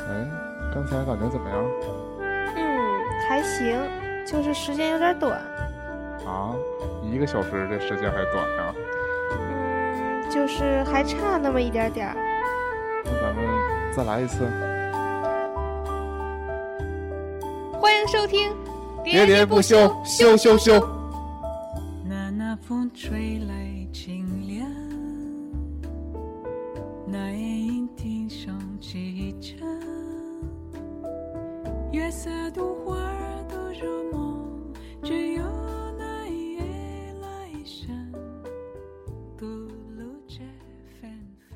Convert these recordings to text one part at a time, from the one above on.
哎，刚才感觉怎么样？ 还行，就是时间有点短。 啊，1个小时这时间还短呀？ 就是还差那么一点点。 那咱们再来一次。 欢迎收听喋喋不休，休休休。 那风吹来清凉，那夜莺啼声几阵，月色独花都入梦，只有那一夜来生不露这纷纷。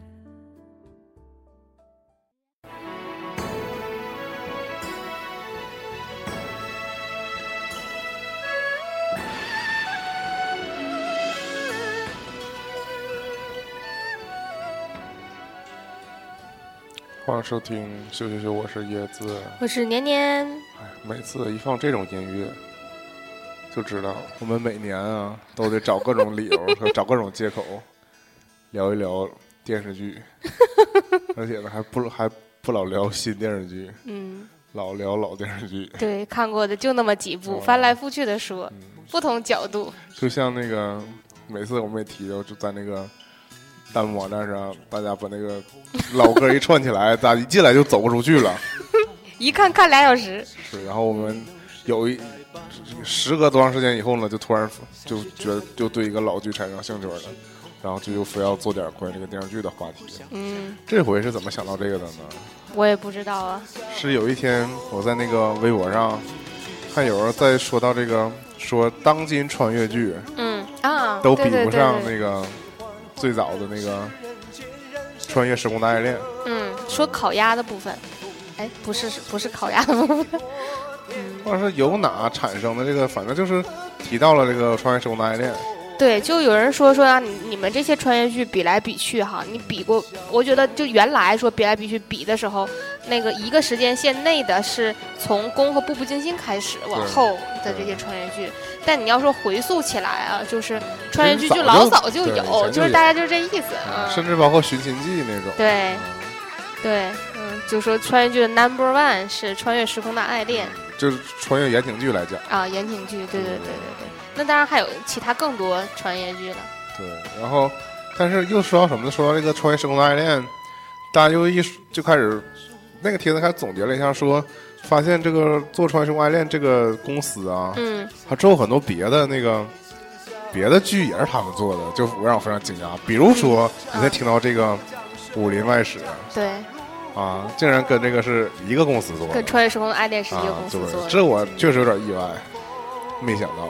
欢迎收听休休休，我是椰子。 我是年年。 哎，每次一放这种音乐，就知道我们每年啊都得找各种理由和找各种借口聊一聊电视剧，而且呢还不老聊新电视剧，老聊老电视剧。 对，看过的就那么几部，翻来覆去的说，不同角度。 就像那个每次我们也提到，就在那个弹幕网站上，大家把那个老歌一串起来，大家一进来就走不出去了。 一看2小时。 是，然后我们时隔多长时间以后呢，就突然就觉得就对一个老剧产生兴趣了，然后就又非要做点关于这个电视剧的话题。这回是怎么想到这个的呢？ 我也不知道啊。 是有一天我在那个微博上看有人在说到这个，说当今穿越剧，都比不上那个最早的那个穿越时空的爱恋。 说烤鸭的部分，哎，不是烤鸭的部分。 或者是由哪产生的这个，反正就是提到了这个穿越时空的爱恋。 对，就有人说啊，你们这些穿越剧比来比去哈，你比过？我觉得就原来说比来比去比的时候，那个一个时间线内的是从宫和步步惊心开始往后的这些穿越剧，但你要说回溯起来啊，就是穿越剧就老早就有，就是大家就是这意思啊。 甚至包括寻秦记那种。 对，对，就说穿越剧的 No.1 是穿越时空的爱恋， 就是穿越言情剧来讲啊，言情剧，对。那当然还有其他更多穿越剧了。 对，然后，但是又说到什么呢？说到这个穿越时空的爱恋，大家就开始那个帖子开始总结了一下，说发现这个做穿越时空爱恋这个公司啊，它之后很多别的剧也是他们做的，就让我非常惊讶。比如说，你才听到这个《武林外史》， 对， 啊，竟然跟这个是一个公司做的， 跟穿越时空的爱恋是一个公司做的， 这我确实有点意外，没想到。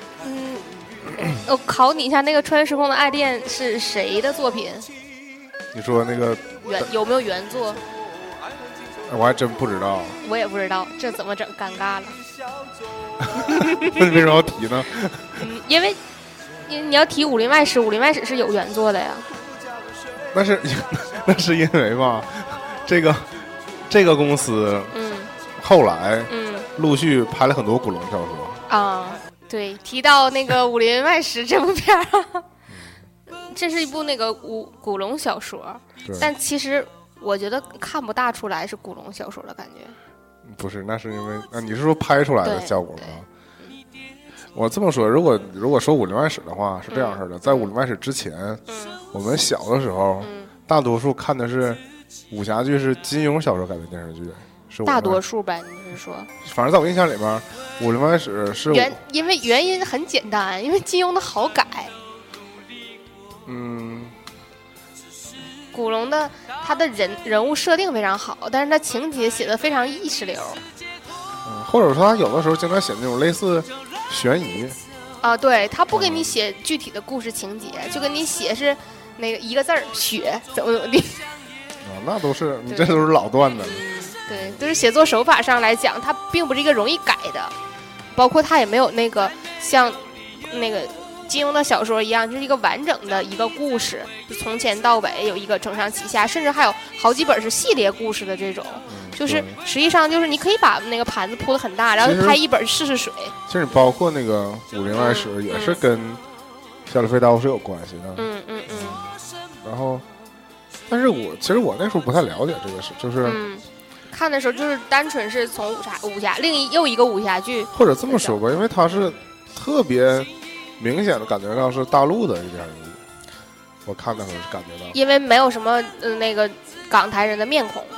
我考你一下，那个穿越时空的爱恋是谁的作品？ 你说那个有没有原作？ 我还真不知道。 我也不知道，这怎么整？尴尬了。 那你为什么要提呢？ 因为你要提《武林外史》，《武林外史》是有原作的呀。 那是因为吧，这个公司，后来陆续拍了很多古龙小说啊。对，提到那个《武林外史》这部片儿，这是一部那个古龙小说，但其实我觉得看不大出来是古龙小说的感觉。 不是，那是因为你是说拍出来的效果吗？我这么说，如果说《武林外史》的话，是这样式的，在《武林外史》之前，我们小的时候，大多数看的是武侠剧，是金庸小说改编电视剧。 大多数呗，你是说？ 反正在我印象里面，《武林外史》是因为原因很简单，因为金庸的好改。古龙的他的人物设定非常好，但是他情节写的非常意识流。 或者说他有的时候经常写那种类似悬疑。 啊，对，他不给你写具体的故事情节，就给你写是那个一个字儿血怎么地。 那都是你这都是老段子了。 对，就是写作手法上来讲，它并不是一个容易改的，包括它也没有那个像那个金庸的小说一样，就是一个完整的一个故事，从前到尾有一个承上启下，甚至还有好几本是系列故事的这种。就是实际上就是你可以把那个盘子铺得很大，然后拍一本试水。 其实你包括那个《武林外史》也是跟小李飞刀是有关系的。然后，但是其实我那时候不太了解这个事，就是看的时候就是单纯是从武侠又一个武侠剧， 或者这么说吧，因为他是特别明显的感觉到是大陆的一点人物，我看的时候是感觉到， 因为没有什么那个港台人的面孔，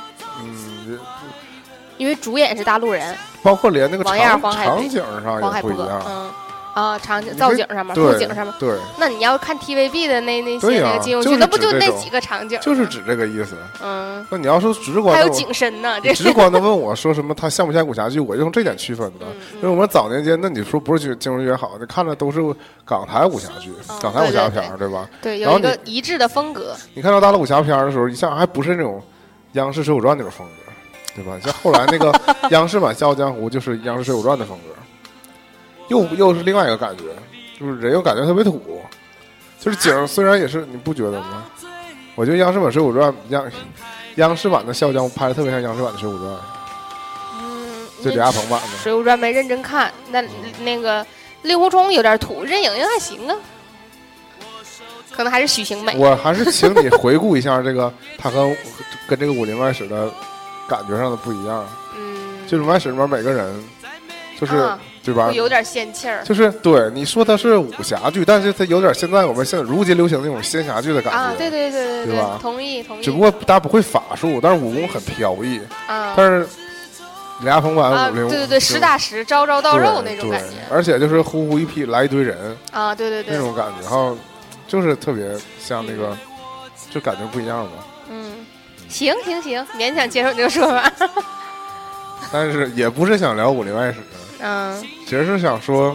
因为主演是大陆人， 包括连那个王艳、黄场景上也不一样， 场景造景上面、布景上面， 对。 那你要看 TVB 的那些那个金庸剧，那不就那几个场景？ 就是指这个意思。那你要说直观， 还有景深呢。这直观的问我说什么，它像不像武侠剧？我就用这点区分的。因为我们早年间，那你说不是金庸剧好，你看的都是港台武侠剧、港台武侠片，对吧？ 对，有一个一致的风格。 你看到大陆武侠片的时候，一下还不是那种央视《水浒传》那种风格，对吧？像后来那个央视版《笑傲江湖》就是央视《水浒传》的风格，又是另外一个感觉。就是人又感觉特别土，就是景虽然也是，你不觉得吗？我觉得央视版《水浒传》央视版的《笑傲江湖》拍的特别像央视版的《水浒传》。就李亚鹏版的 《水浒传》没认真看，那个令狐冲有点土，任盈盈还行啊，可能还是许晴美。 我还是请你回顾一下这个他跟这个《武林外史》的感觉上的不一样。就是《外史》里面每个人就是。对吧？ 有点仙气儿， 就是对你说它是武侠剧，但是它有点现在我们如今流行的那种仙侠剧的感觉。 对吧？ 同意。 只不过大家不会法术，但是武功很飘逸。但是李亚鹏版武林， 对，实打实，招到肉那种感觉。 而且就是呼一批来一堆人对， 那种感觉，然后就是特别像那个，就感觉不一样嘛。 行，勉强接受这个说法。 但是也不是想聊武林外史。其实是想说，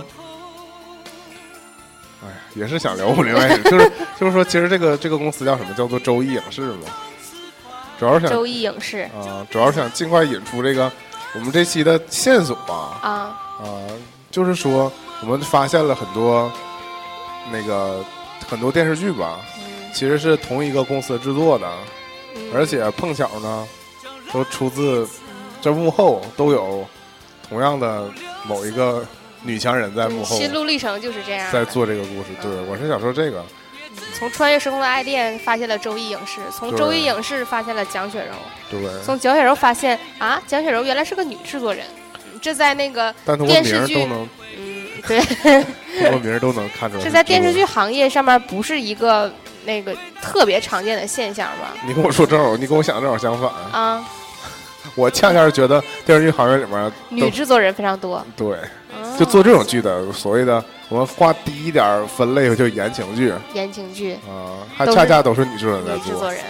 哎呀，也是想聊武林外史，就是说，其实这个公司叫什么？叫做周易影视嘛。主要是想周易影视主要是想尽快引出这个我们这期的线索吧。就是说我们发现了很多很多电视剧吧，其实是同一个公司制作的，而且碰巧呢，都出自这幕后都有同样的。某一个女强人在幕后， 心路历程就是这样， 在做这个故事。对，我是想说这个， 从穿越时空的爱恋发现了周易影视，从周易影视发现了蒋雪柔， 对， 从蒋雪柔发现蒋雪柔原来是个女制作人，这在那个电视剧都能， 对， 通过名都能看出来， 这在电视剧行业上面不是一个那个特别常见的现象吧？ 你跟我说正好，你跟我想的正好相反我恰恰是觉得电视剧行业里面女制作人非常多， 对，就做这种剧的，所谓的我们划低一点分类就是言情剧，还恰恰都是女制作人在做。 女制作人，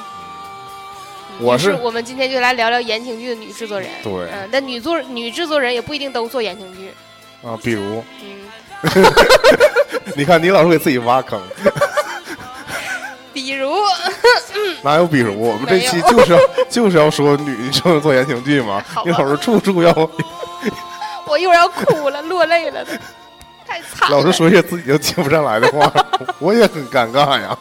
我们今天就来聊聊言情剧的女制作人。 对， 但女制作人也不一定都做言情剧比如，你看你老是给自己挖坑。 比如哪有比如？我们这期就是要说女生做言情剧嘛，你老是处处要。 我一会儿要哭了，落泪了，太惨了。 老是说一些自己就接不上来的话，我也很尴尬呀。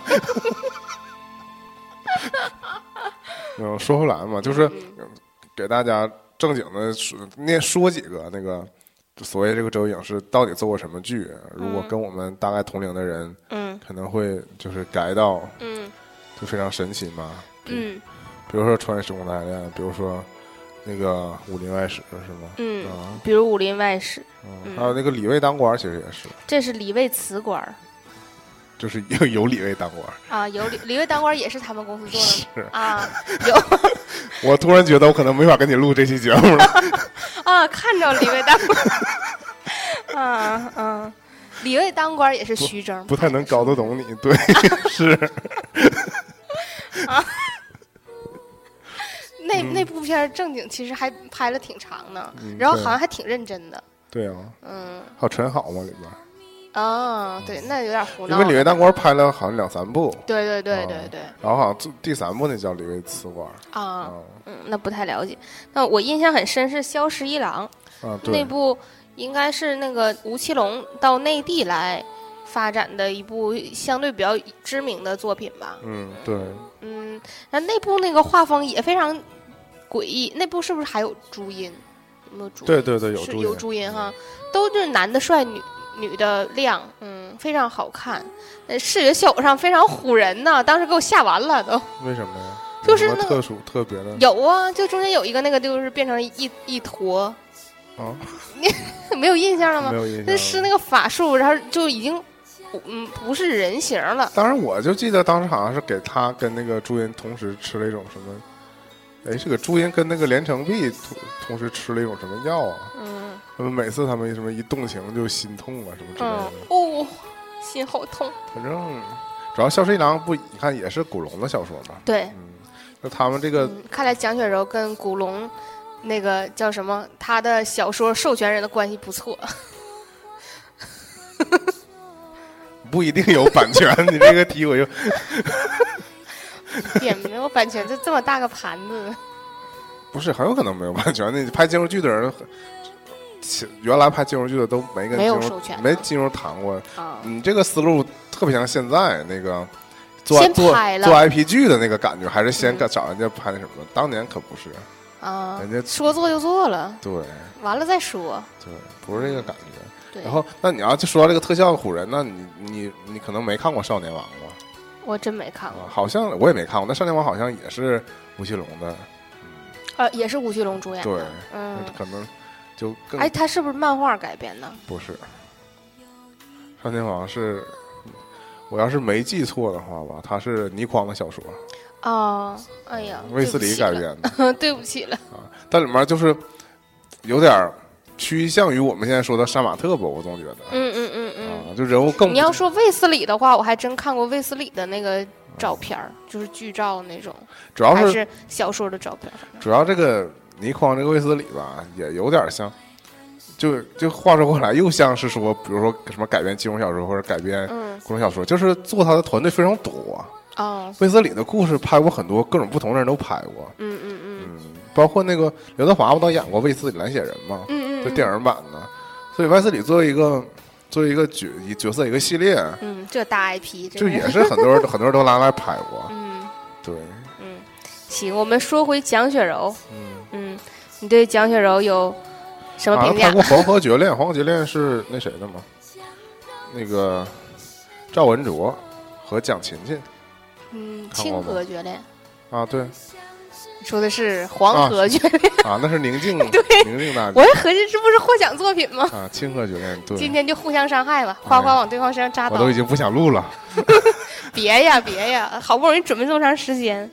说回来嘛，就是给大家正经的说几个那个所谓这个周影视到底做过什么剧，如果跟我们大概同龄的人，可能会就是改到，就非常神奇嘛，比如说《穿越时空的爱恋》，比如说那个《武林外史》是吗？ 比如《武林外史》， 还有那个李卫当官，其实也是， 这是李卫辞官， 就是有李卫当官有李卫当官也是他们公司做的是有。 我突然觉得我可能没法跟你录这期节目了看着李卫当官李卫当官也是虚征， 不太能搞得懂你，对是那部片正经其实还拍了挺长的，然后好像还挺认真的。 对啊，还有陈好嘛里边。 对，那有点胡闹。 因为李卫当官拍了好像2、3部。 对。 然后好像第3部那叫李卫辞官。 那不太了解。那我印象很深是《萧十一郎》那部，应该是那个吴奇隆到内地来发展的一部相对比较知名的作品吧。 对。 那部那个画风也非常诡异。那部是不是还有朱茵？有没有朱茵？ 对， 有朱茵哈，都是男的帅，女的靓，非常好看。视觉效果上非常唬人呢，当时给我吓完了都。 为什么呀？ 就是那个有什么特殊特别的有啊，就中间有一个那个就是变成一坨， 啊？ 没有印象了吗没？有印象那了。 施那个法术，然后就已经不是人形了。 当时我就记得当时好像是给他跟那个朱茵同时吃了一种什么。哎，这个朱茵跟那个连城璧同时吃了一种什么药啊？他们每次他们什么一动情就心痛啊什么之类的。 哦，心好痛。 反正主要萧十一郎不，你看也是古龙的小说嘛。 对， 那他们这个看来蒋雪柔跟古龙那个叫什么，他的小说授权人的关系不错。 不一定有版权，你这个题我就也没有版权，就这么大个盘子。 不是很有可能没有版权。那拍金融剧的人，原来拍金融剧的都没跟没有金融授权没金融谈过。 啊， 你这个思路特别像现在那个做先拍了 IP 剧的那个感觉，还是先找人家拍那什么？当年可不是， 啊， 人家说做就做了， 对完了再说。 对，不是这个感觉。 对， 然后，那你要就说到这个特效唬人，那你可能没看过《少年王》吧？ 我真没看过。 好像我也没看过，那《少年王》好像也是吴奇隆的， 也是吴奇隆主演对的。， 可能就更哎，他是不是漫画改编的？ 不是。《少年王》是，我要是没记错的话吧，它是倪匡的小说， 哦，哎呀， 卫斯理改编的。对不起了。 啊，但里面就是有点趋向于我们现在说的杀马特吧，我总觉得，啊，就人物更你要说卫斯理的话，我还真看过卫斯理的那个照片就是剧照那种， 主要是还是小说的照片。 主要这个倪匡这个卫斯理吧，也有点像，就话说过来，又像是说，比如说什么改编金庸小说或者改编古龙小说，就是做他的团队非常多。 哦， 卫斯理的故事拍过很多，各种不同的人都拍过。包括那个刘德华不都演过卫斯理蓝血人嘛？就电影版的。所以卫斯理作为一个角色一个系列， 这大 IP， 就也是很多人都拿来拍过。对， 行，我们说回蒋雪柔。你对蒋雪柔有什么评价？ 拍过《黄河绝恋》，《黄河绝恋》是那谁的吗？那个赵文卓和蒋勤勤。 清河绝恋啊，对， 你说的是黄河绝恋啊，那是宁静大姐。 我还合计这不是获奖作品吗？ 啊，清河绝恋，对。 今天就互相伤害吧，夸往对方身上扎刀。 我都已经不想录了。 别呀，好不容易准备这么长时间。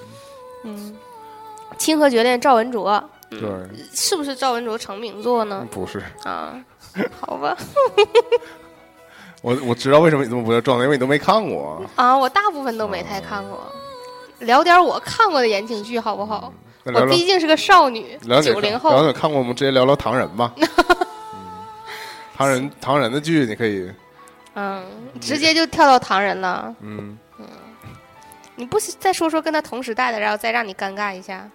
清河绝恋，赵文卓。 对， 是不是赵文卓成名作呢？ 不是啊，好吧。 我知道为什么你这么不要撞，因为你都没看过啊。我大部分都没太看过。聊点我看过的言情剧好不好？我毕竟是个少女，90后。 聊点看过，我们直接聊聊唐人吧。唐人的剧你可以。 直接就跳到唐人了。你不再说说跟他同时代的，然后再让你尴尬一下？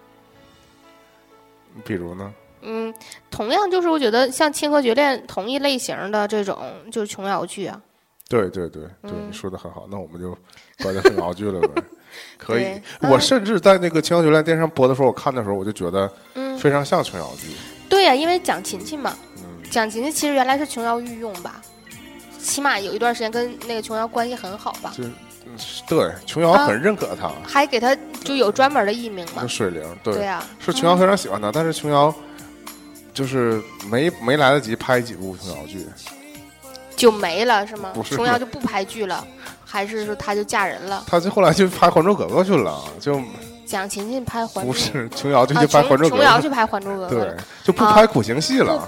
比如呢？ 同样就是我觉得像《清河绝恋》同一类型的这种就是琼瑶剧啊。 对，你说的很好，那我们就聊点琼瑶剧了呗。可以，我甚至在那个《清河绝恋》电视上播的时候，我看的时候我就觉得非常像琼瑶剧。 对呀，因为蒋勤勤嘛，蒋勤勤其实原来是琼瑶御用吧，起码有一段时间跟那个琼瑶关系很好吧。 对，琼瑶很认可他， 还给他就有专门的艺名嘛。 水灵， 对啊， 是琼瑶非常喜欢他，但是琼瑶就是没来得及拍几部琼瑶剧， 就没了是吗？ 不是， 琼瑶就不拍剧了，还是说她就嫁人了？ 她就后来就拍《还珠格格》去了，就蒋勤勤拍《还珠》， 不是琼瑶就去拍《还珠格格》， 琼瑶去拍《还珠格格》， 对，就不拍苦情戏了。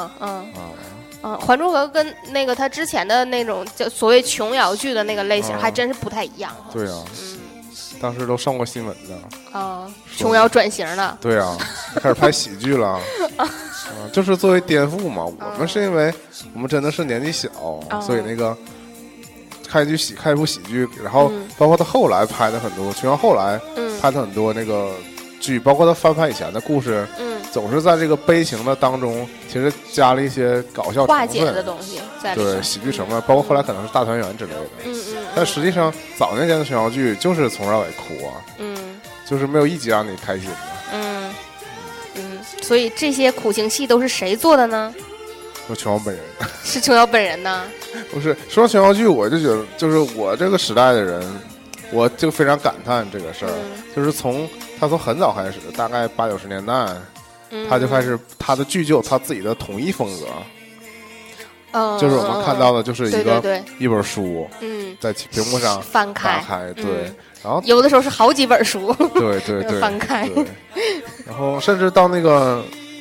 还珠格格跟那个他之前的那种叫所谓琼瑶剧的那个类型，还真是不太一样。 对啊，当时都上过新闻的。 琼瑶转型了。 对啊，开始拍喜剧了。就是作为颠覆嘛。我们是因为我们真的是年纪小，所以那个开一部喜剧，然后包括他后来拍的很多，琼瑶后来拍的很多那个剧，包括他翻拍以前的故事。总是在这个悲情的当中，其实加了一些搞笑化解的东西在里面， 对喜剧成分，包括后来可能是大团圆之类的。但实际上早年间的琼瑶剧就是从头到尾哭啊，就是没有一集让你开心的。 所以这些苦情戏都是谁做的呢？ 是琼瑶本人。 是琼瑶本人呢？ 不是，说到琼瑶剧，我就觉得，就是我这个时代的人， 我就非常感叹这个事儿， 嗯就是他从很早开始，大概80、90年代，他就开始他的剧就有他自己的统一风格，就是我们看到的就是一本书，在屏幕上翻开， 对，然后有的时候是好几本书， 对翻开， 然后甚至到那个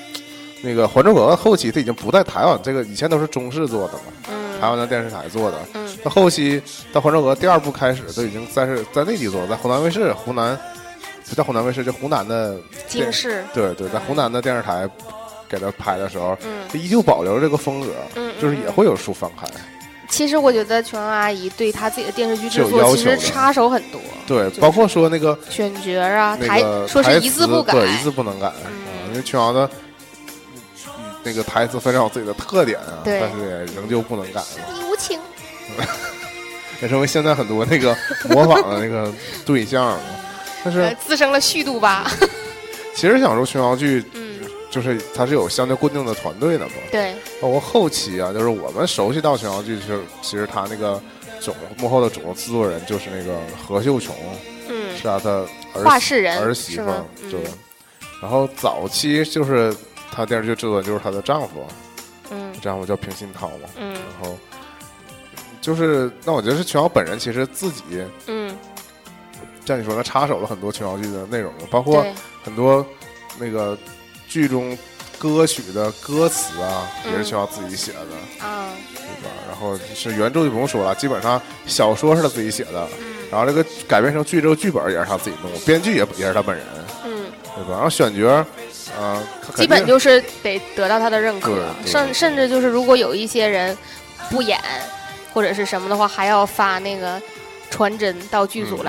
《还珠格格》后期，它已经不在台湾，这个以前都是中视做的嘛，台湾的电视台做的，到后期到《还珠格格》第2部开始，都已经在内地做的，在湖南卫视，不叫湖南卫视，就湖南的京视， 对，在湖南的电视台给他拍的时候，就依旧保留这个风格，就是也会有书翻开。 其实我觉得琼瑶阿姨对她自己的电视剧制作其实插手很多， 对，包括说那个选角啊， 说是一字不改， 对，一字不能改，因为琼瑶的那个台词非常有自己的特点啊，但是也仍旧不能改。 你无情， 也成为现在很多那个模仿的那个对象，但是滋生了虚度吧。 其实想说琼瑶剧，就是它是有相对固定的团队的嘛， 对， 包括后期啊，就是我们熟悉到琼瑶剧，其实他那个幕后的总制作人就是那个何秀琼，是他的话事人儿媳妇，对。然后早期就是他电视剧制作就是她的丈夫，丈夫叫平鑫涛嘛，然后就是那我觉得是琼瑶本人其实自己，像你说的插手了很多琼瑶剧的内容，包括很多那个剧中歌曲的歌词啊，也是琼瑶自己写的啊，对吧？然后是原著就不用说了，基本上小说是他自己写的，然后这个改编成剧之后，剧本也是他自己弄，编剧也是他本人，对吧？然后选角， 基本就是得得到他的认可，甚至就是如果有一些人不演或者是什么的话，还要发那个传真到剧组来。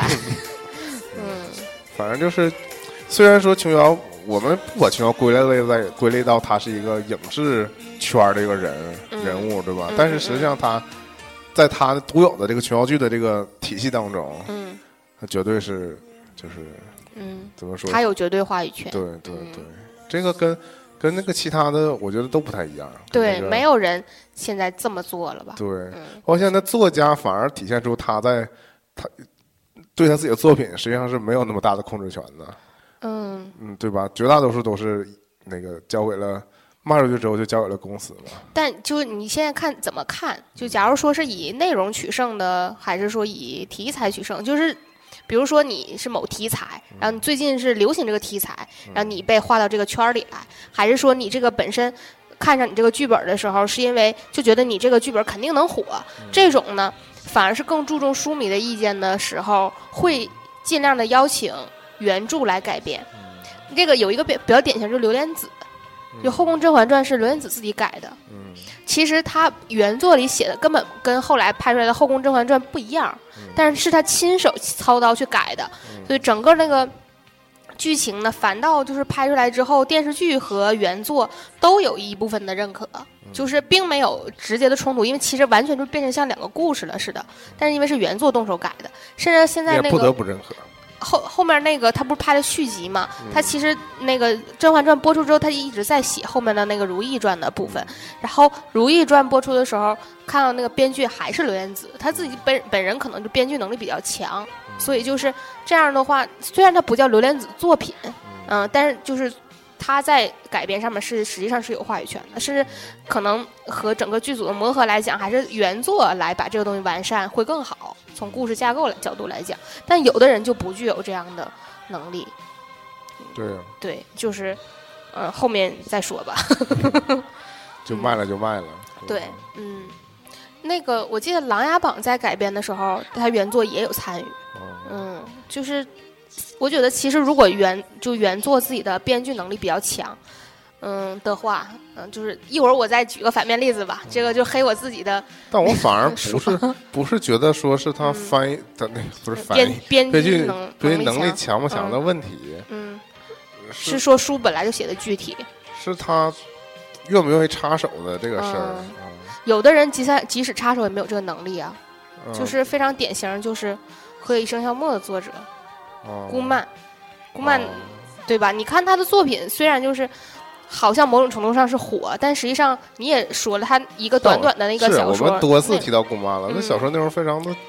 反正就是，虽然说琼瑶，我们不把琼瑶归类到他是一个影视圈的一个人物，对吧？但是实际上他在他独有的这个琼瑶剧的这个体系当中，他绝对是就是。怎么说？ 他有绝对话语权。 对，这个跟那个其他的，我觉得都不太一样。 对，没有人现在这么做了吧？ 对，包括现在作家反而体现出他对他自己的作品实际上是没有那么大的控制权的。对吧？绝大多数都是那个交给了卖出去之后就交给了公司嘛。 但就你现在怎么看？就假如说是以内容取胜的，还是说以题材取胜？就是。比如说你是某题材，然后你最近是流行这个题材，然后你被划到这个圈里来，还是说你这个本身看上你这个剧本的时候，是因为就觉得你这个剧本肯定能火，这种呢反而是更注重书迷的意见的时候，会尽量的邀请原著来改编。这个有一个比较典型，就是刘莲子，就《后宫甄嬛传》是刘莲子自己改的。其实他原作里写的根本跟后来拍出来的《后宫甄嬛传》不一样，但是他亲手操刀去改的，所以整个那个剧情呢，反倒就是拍出来之后，电视剧和原作都有一部分的认可，就是并没有直接的冲突，因为其实完全就变成像两个故事了似的。但是因为是原作动手改的，甚至现在那个也不得不认可。 后面那个他不是拍了续集嘛？他其实那个《甄嬛传》播出之后，他一直在写后面的那个《如懿传》的部分。然后《如懿传》播出的时候，看到那个编剧还是刘莲子，他自己本人可能就编剧能力比较强，所以就是这样的话，虽然他不叫刘莲子作品，但是就是他在改编上面实际上是有话语权的，甚至可能和整个剧组的磨合来讲，还是原作来把这个东西完善会更好。从故事架构角度来讲，但有的人就不具有这样的能力。对，就是后面再说吧。 就卖了就卖了。 对，那个我记得《琅琊榜》在改编的时候，他原作也有参与。就是我觉得其实如果原作自己的编剧能力比较强。的话，就是一会儿我再举个反面例子吧，这个就黑我自己的。 但我反而不是觉得说是他翻译的那不是翻译编剧能力强不强的问题， 是说书本来就写的具体， 是他愿不愿意插手的这个事儿。 有的人即使插手也没有这个能力啊，就是非常典型，就是《何以笙箫默》的作者顾漫，对吧？你看他的作品，虽然就是好像某种程度上是火，但实际上你也说了，他一个短短的那个小说， 是我们多次提到顾漫了，那小说内容非常的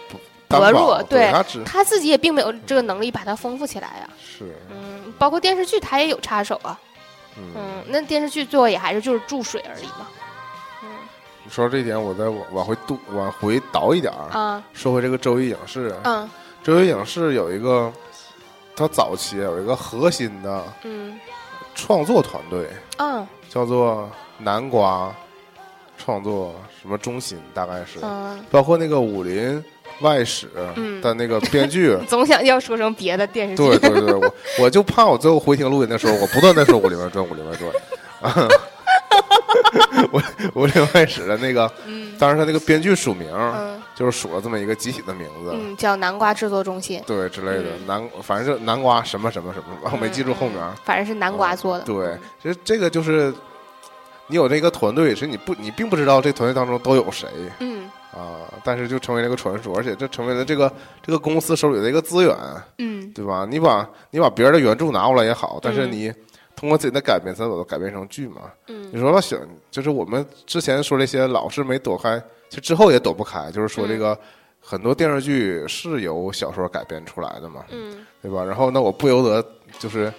薄弱， 对， 他自己也并没有这个能力把它丰富起来啊。 是， 包括电视剧他也有插手啊。那电视剧最后也还是就是注水而已嘛。 你说到这一点，我再往回倒一点啊，说回这个周一影视。周一影视有一个，它早期有一个核心的创作团队，叫做南瓜创作什么中心，大概是，包括那个武林外史的那个编剧， 总想要说成别的电视剧。 对对对，我就怕我最后回听录音的时候，我不断在说《武林外传》，《武林外传》。武林外史的那个，当然他那个编剧署名，就是署了这么一个集体的名字， 叫南瓜制作中心， 对之类的，反正是南瓜什么什么什么，我没记住后面， 反正是南瓜做的。 对，其实这个就是你有这个团队，其实你并不知道这团队当中都有谁，但是就成为了一个传说，而且这成为了这个公司手里的一个资源，对吧？你把别人的原著拿过来也好，但是你通过自己的改编才把它改编成剧嘛。你说到就是我们之前说这些老是没躲开，其实之后也躲不开，就是说这个很多电视剧是由小说改编出来的嘛，对吧？然后那我不由得就是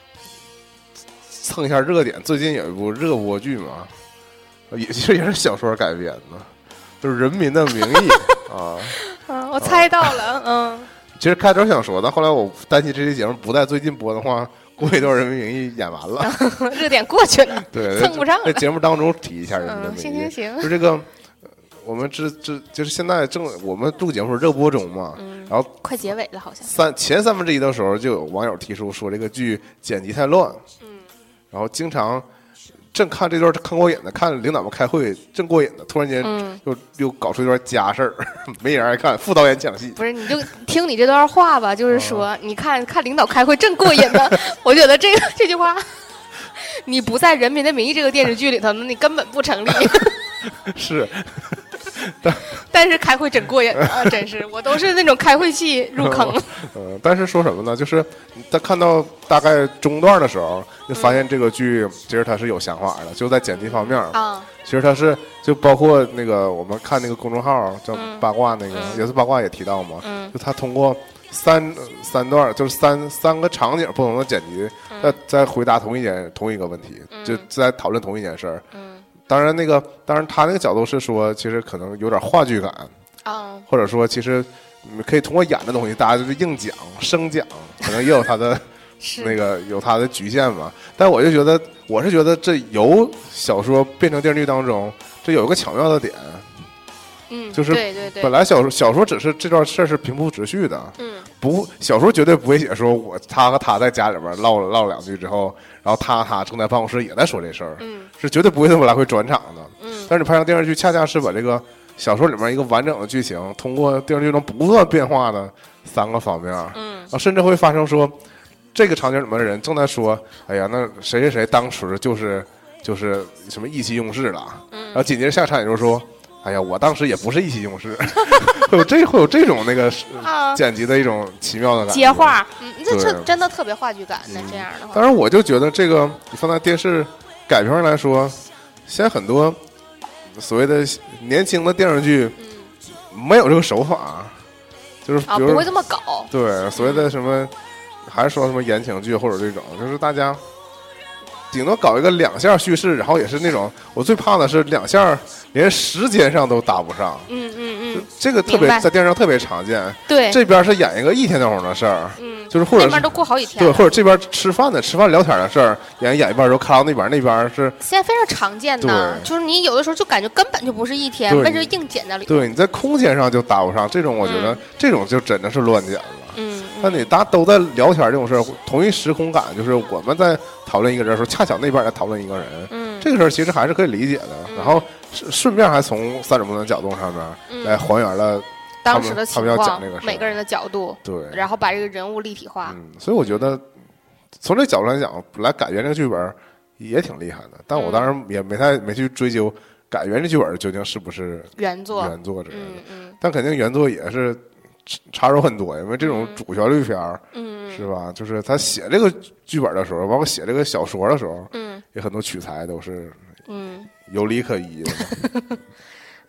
蹭一下热点，最近有一部热播剧嘛，其实也是小说改编的，就是《人民的名义》啊。 我猜到了， 其实开头想说的，后来我担心这期节目不在最近播的话，过一段《人民名义》演完了， 热点过去了， 对， 蹭不上了。 在节目当中提一下《人民的名义》， 行， 就这个，我们就是现在我们录节目热播中嘛，然后快结尾了，好像前1/3的时候，就有网友提出说这个剧剪辑太乱，然后经常正看这段看过瘾的，看领导们开会正过瘾的，突然间又搞出一段家事儿，没人爱看，副导演抢戏。 不是，你就听你这段话吧，就是说，你看领导开会正过瘾的，我觉得这句话，你不在《人民的名义》这个电视剧里头，你根本不成立。 是， 但是开会真过瘾啊！真是，我都是那种开会器入坑。 但是说什么呢？就是他看到大概中段的时候，就发现这个剧其实他是有想法的，就在剪辑方面啊。其实他是就包括那个我们看那个公众号叫八卦那个，也是八卦也提到嘛，就他通过三段，就是三个场景不同的剪辑，在回答同一个问题，就在讨论同一件事儿。当然他那个角度是说，其实可能有点话剧感或者说其实可以通过演的东西，大家就是硬讲生讲，可能也有他的那个有他的局限嘛。但我是觉得这由小说变成电视剧当中，这有一个巧妙的点，就是对， 本来小说只是这段事儿是平铺直叙的，小说绝对不会写说他和他在家里边唠了2句之后，然后他正在办公室也在说这事儿，是绝对不会这么来回转场的。但是你拍成电视剧，恰恰是把这个小说里面一个完整的剧情，通过电视剧中不断变化的3个方面，甚至会发生说，这个场景里面的人正在说，哎呀，那谁谁谁当时就是什么意气用事了，然后紧接着下场也就是说，哎呀，我当时也不是意气用事，会有这种那个剪辑的一种奇妙的感觉， 接话，这真的特别话剧感的这样的话。 当然，我就觉得这个你放在电视改编上来说，现在很多所谓的年轻的电视剧没有这个手法，就是比如不会这么搞。 对，所谓的什么，还是说什么言情剧或者这种，就是大家顶多搞一个2线叙事，然后也是那种我最怕的是2线连时间上都搭不上。这个特别在电视上特别常见。 对， 这边是演一个1天2红的事儿，就是或者那边都过好几天。 对，或者这边吃饭聊天的事儿，演一半的时候看到那边是现在非常常见的，就是你有的时候就感觉根本就不是1天，但是硬剪在里。 对，你在空间上就搭不上，这种我觉得这种就真的是乱剪了。那你大家都在聊天这种事儿，同一时空感，就是我们在讨论一个人的时候，恰巧那边在讨论一个人，这个事儿其实还是可以理解的。然后顺便还从3种不同的角度上面来还原了当时的情况， 每个人的角度， 对， 然后把这个人物立体化。 所以我觉得从这个角度来讲，来改编这个剧本也挺厉害的。但我当然也没去追究改编这剧本究竟是不是原作之类的。但肯定原作也是插手很多，因为这种主旋律片是吧？就是他写这个剧本的时候，包括写这个小说的时候，也很多取材都是有理可依的。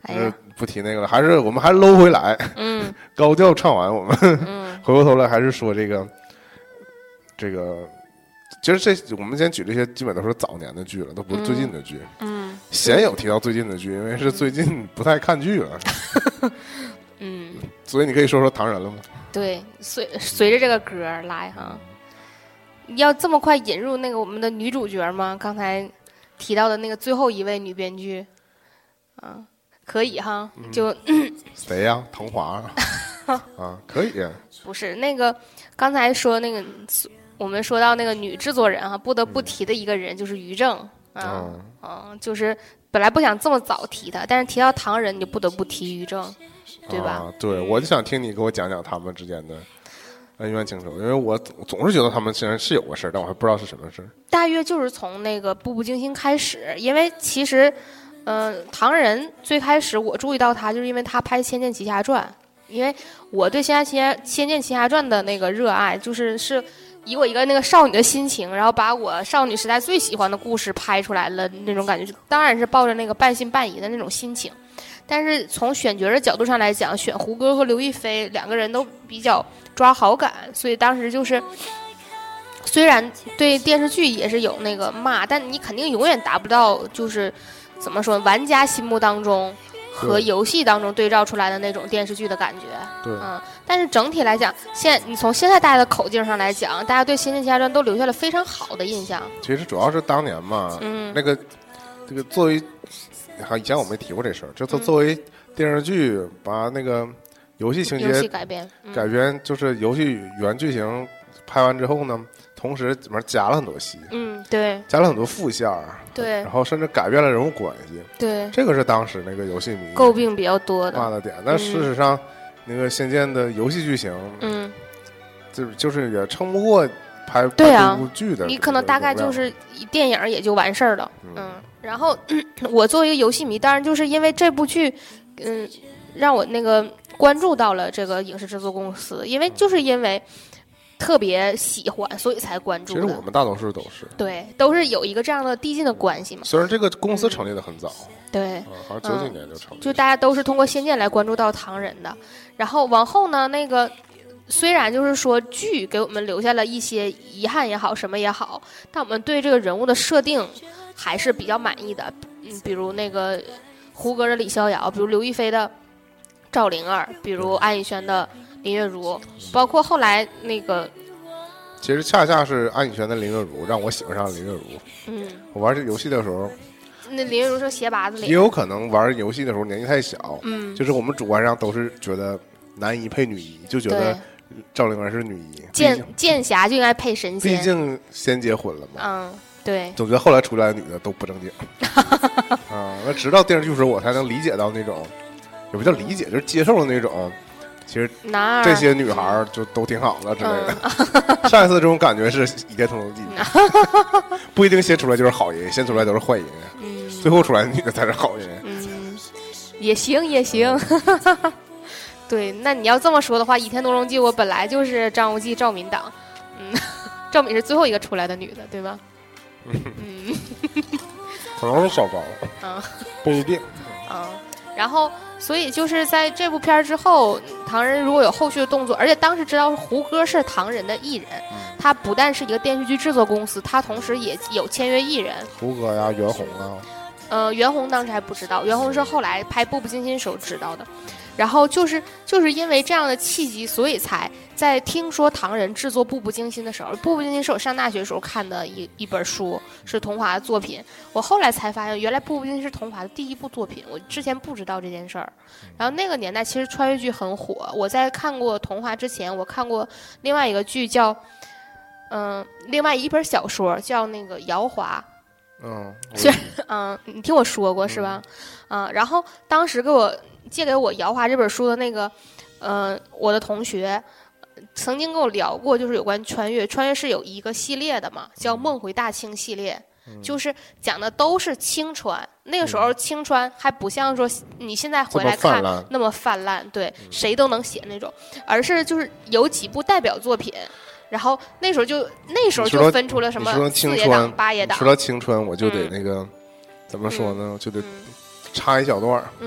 哎呀， 不提那个了，我们还是搂回来， 嗯高调唱完我们， 嗯回过头来还是说这个，其实我们今天举这些基本都是早年的剧了，都不是最近的剧。 嗯鲜有提到最近的剧，因为是最近不太看剧了， 嗯， 所以你可以说说唐人了吗？ 对，随着这个歌儿来哈，要这么快引入那个我们的女主角吗？刚才提到的那个最后一位女编剧，啊，可以哈，就谁呀？桐华啊，可以。 不是那个刚才说那个，我们说到那个女制作人哈，不得不提的一个人就是于正啊，就是本来不想这么早提他，但是提到唐人，你就不得不提于正，对吧？ 对，我就想听你给我讲讲他们之间的恩怨情仇，因为我总是觉得他们虽然是有个事儿，但我还不知道是什么事儿。 大约就是从那个《步步惊心》开始，因为其实，唐人最开始我注意到他，就是因为他拍《仙剑奇侠传》，因为我对仙剑奇侠传》的那个热爱，是以我一个那个少女的心情，然后把我少女时代最喜欢的故事拍出来了那种感觉，当然是抱着那个半信半疑的那种心情。但是从选角的角度上来讲，选胡歌和刘亦菲两个人都比较抓好感，所以当时就是虽然对电视剧也是有那个骂，但你肯定永远达不到就是怎么说玩家心目当中和游戏当中对照出来的那种电视剧的感觉。 对， 但是整体来讲，你从现在大家的口径上来讲，大家对《仙剑奇侠传》都留下了非常好的印象。 其实主要是当年嘛，这个作为，以前我没提过这事儿，就作为电视剧把那个游戏情节改编， 就是游戏原剧情拍完之后呢，同时里面加了很多戏， 对， 加了很多副线， 对， 然后甚至改变了人物关系， 对， 这个是当时那个游戏迷诟病比较多的骂的点。但事实上，那个《仙剑》的游戏剧情，就是也撑不过拍这部剧的， 你可能大概就是电影也就完事儿了，然后我作为一个游戏迷，当然就是因为这部剧，让我那个关注到了这个影视制作公司，因为特别喜欢，所以才关注的。 其实我们大多数都是对，都是有一个这样的递进的关系嘛。 虽然这个公司成立的很早， 对， 好像90几年就成立， 就大家都是通过《仙剑》来关注到唐人的。然后往后呢，那个虽然就是说剧给我们留下了一些遗憾也好，什么也好，但我们对这个人物的设定还是比较满意的。比如那个胡歌的李逍遥，比如刘亦菲的赵灵儿，比如安以轩的林月如，包括后来那个， 其实恰恰是安以轩的林月如让我喜欢上了林月如。我玩这游戏的时候， 那林月如是鞋拔子脸， 也有可能玩游戏的时候年纪太小，就是我们主观上都是觉得男一配女一，就觉得赵灵儿是女一， 剑侠就应该配神仙， 毕竟先结婚了嘛。 对， 总觉得后来出来的女的都不正经。那直到电视剧时候，我才能理解到那种，也不叫理解，就是接受的那种。其实这些女孩就都挺好的之类的。上一次这种感觉是《倚天屠龙记》，不一定先出来就是好人，先出来都是坏人，最后出来的女的才是好人。 也行也行。对，那你要这么说的话，《倚天屠龙记》我本来就是张无忌赵敏党，赵敏是最后一个出来的女的，对吧？ 可能是小高，不一定。 然后，所以就是在这部片之后，唐人如果有后续的动作，而且当时知道胡歌是唐人的艺人，他不但是一个电视剧制作公司，他同时也有签约艺人。 胡歌呀，袁弘啊。 袁弘当时还不知道，袁弘是后来拍《步步惊心》时候知道的。然后就是因为这样的契机，所以才在听说唐人制作《步步惊心》的时候，《步步惊心》是我上大学时候看的一本书，是桐华的作品。我后来才发现，原来《步步惊心》是桐华的第一部作品，我之前不知道这件事儿。然后那个年代其实穿越剧很火，我在看过桐华之前，我看过另外一个剧叫，另外一本小说叫那个《瑶华》。你听我说过是吧？然后当时借给我《瑶华》这本书的那个，我的同学曾经跟我聊过，就是有关穿越是有一个系列的嘛，叫《梦回大清》系列，就是讲的都是清川。那个时候清川还不像说你现在回来看那么泛滥，对，谁都能写那种，而是就是有几部代表作品。然后那时候就分出了什么四爷党、八爷党。 说到青川，我就得那个、怎么说呢？就得插一小段。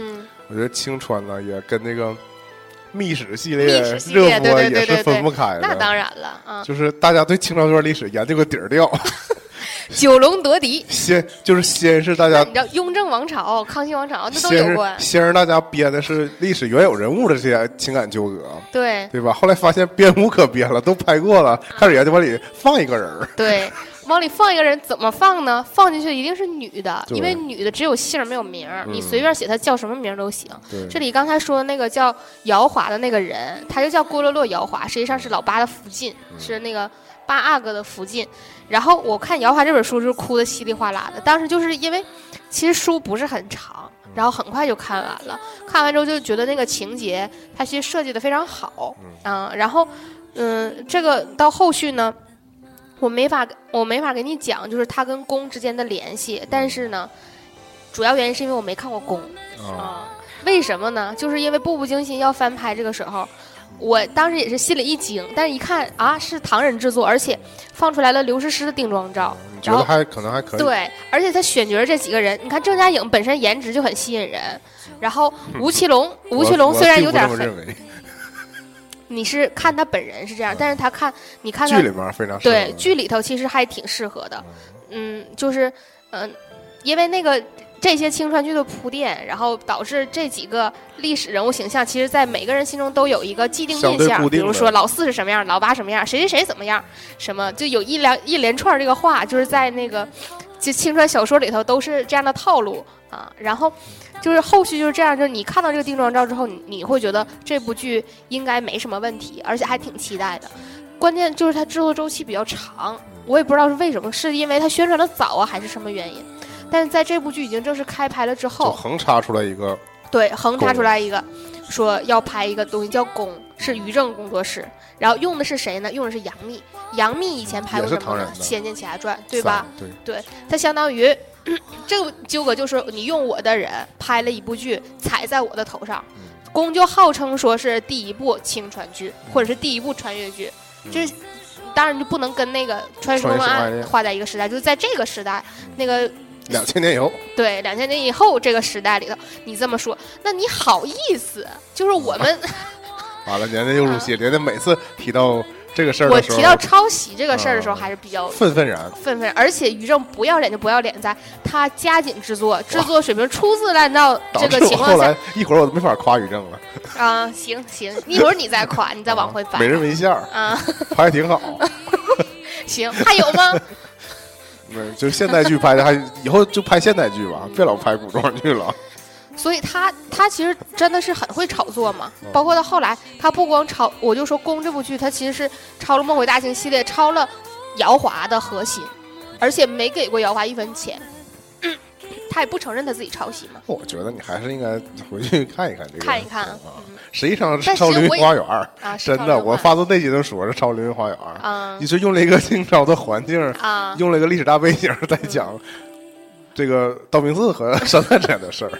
我觉得青川呢也跟那个秘史系历列史系列热播对对对也是分不开的。 那当然了啊， 就是大家对清朝这段历史研究个底儿掉。 九龙夺嫡， 先是大家你知道雍正王朝、康熙王朝那都先有关。 是大家编的是历史原有人物的这些情感纠葛， 对对吧？后来发现编无可编了，都拍过了，开始研究往里放一个人儿。 对，往里放一个人怎么放呢？放进去一定是女的， 对因为女的只有姓没有名儿， 嗯你随便写她叫什么名儿都行。 对， 这里刚才说的那个叫姚华的那个人，他就叫郭洛洛姚华，实际上是老八的福晋，是那个八阿哥的福晋。然后我看姚华这本书就是哭的稀里哗啦的，当时就是因为其实书不是很长，然后很快就看完了，看完之后就觉得那个情节它其实设计的非常好，然后这个到后续呢。我没法给你讲，就是他跟宫之间的联系，但是呢，主要原因是因为我没看过宫啊。为什么呢？就是因为《步步惊心》要翻拍这个时候，我当时也是心里一惊，但是一看啊，是唐人制作，而且放出来了刘诗诗的定妆照， 你觉得可能还可以？ 对，而且他选角这几个人，你看郑嘉颖本身颜值就很吸引人，然后吴奇隆虽然有点我认为。 你是看他本人是这样，但是你看剧里面非常适合， 对，剧里头其实还挺适合的，就是因为那个这些青川剧的铺垫，然后导致这几个历史人物形象，其实在每个人心中都有一个既定印象，比如说老四是什么样，老八什么样，谁谁谁怎么样，什么就有一连串这个话，就是在那个就青川小说里头都是这样的套路啊，然后。就是后续就是这样，就是你看到这个定妆照之后，你会觉得这部剧应该没什么问题，而且还挺期待的。关键就是它制作周期比较长，我也不知道是为什么，是因为它宣传的早啊，还是什么原因？但是在这部剧已经正式开拍了之后， 就横插出来一个， 对，横插出来一个，说要拍一个东西叫宫，是于正工作室，然后用的是谁呢？用的是杨幂。杨幂以前拍过什么呢？《仙剑奇侠传》，对吧？对，它相当于。这个纠葛就是你用我的人拍了一部剧，踩在我的头上，宫就号称说是第一部青川剧，或者是第一部穿越剧，这当然就不能跟那个《穿越时空案》画在一个时代，就是在这个时代，那个 2000年以后， 对，2000年以后这个时代里头，你这么说，那你好意思？就是我们完了，年年又入戏，年年每次提到。这个事儿， 我提到抄袭这个事儿的时候，还是比较愤愤然。 而且于正不要脸就不要脸，在他加紧制作水平出自烂造这个情况下， 后来一会儿我都没法夸于正了。 啊，行，一会儿你再夸，你再往回翻。 美人为馅儿啊，拍挺好。 行，还有吗？ 就是现代剧拍的，还以后就拍现代剧吧，别老拍古装剧了。 所以他其实真的是很会炒作嘛，包括到后来，他不光抄，我就说《宫》这部剧，他其实是抄了《梦回大清》系列，抄了姚华的核心，而且没给过姚华1分钱，他也不承认他自己抄袭嘛。 我觉得你还是应该回去看一看这个， 看一看啊。实际上是抄《流云花园》 啊， 真的，我发自内心的说是抄《流云花园》 啊， 你是用了一个清朝的环境啊， 用了一个历史大背景在讲这个道明寺和山菜之间的事儿。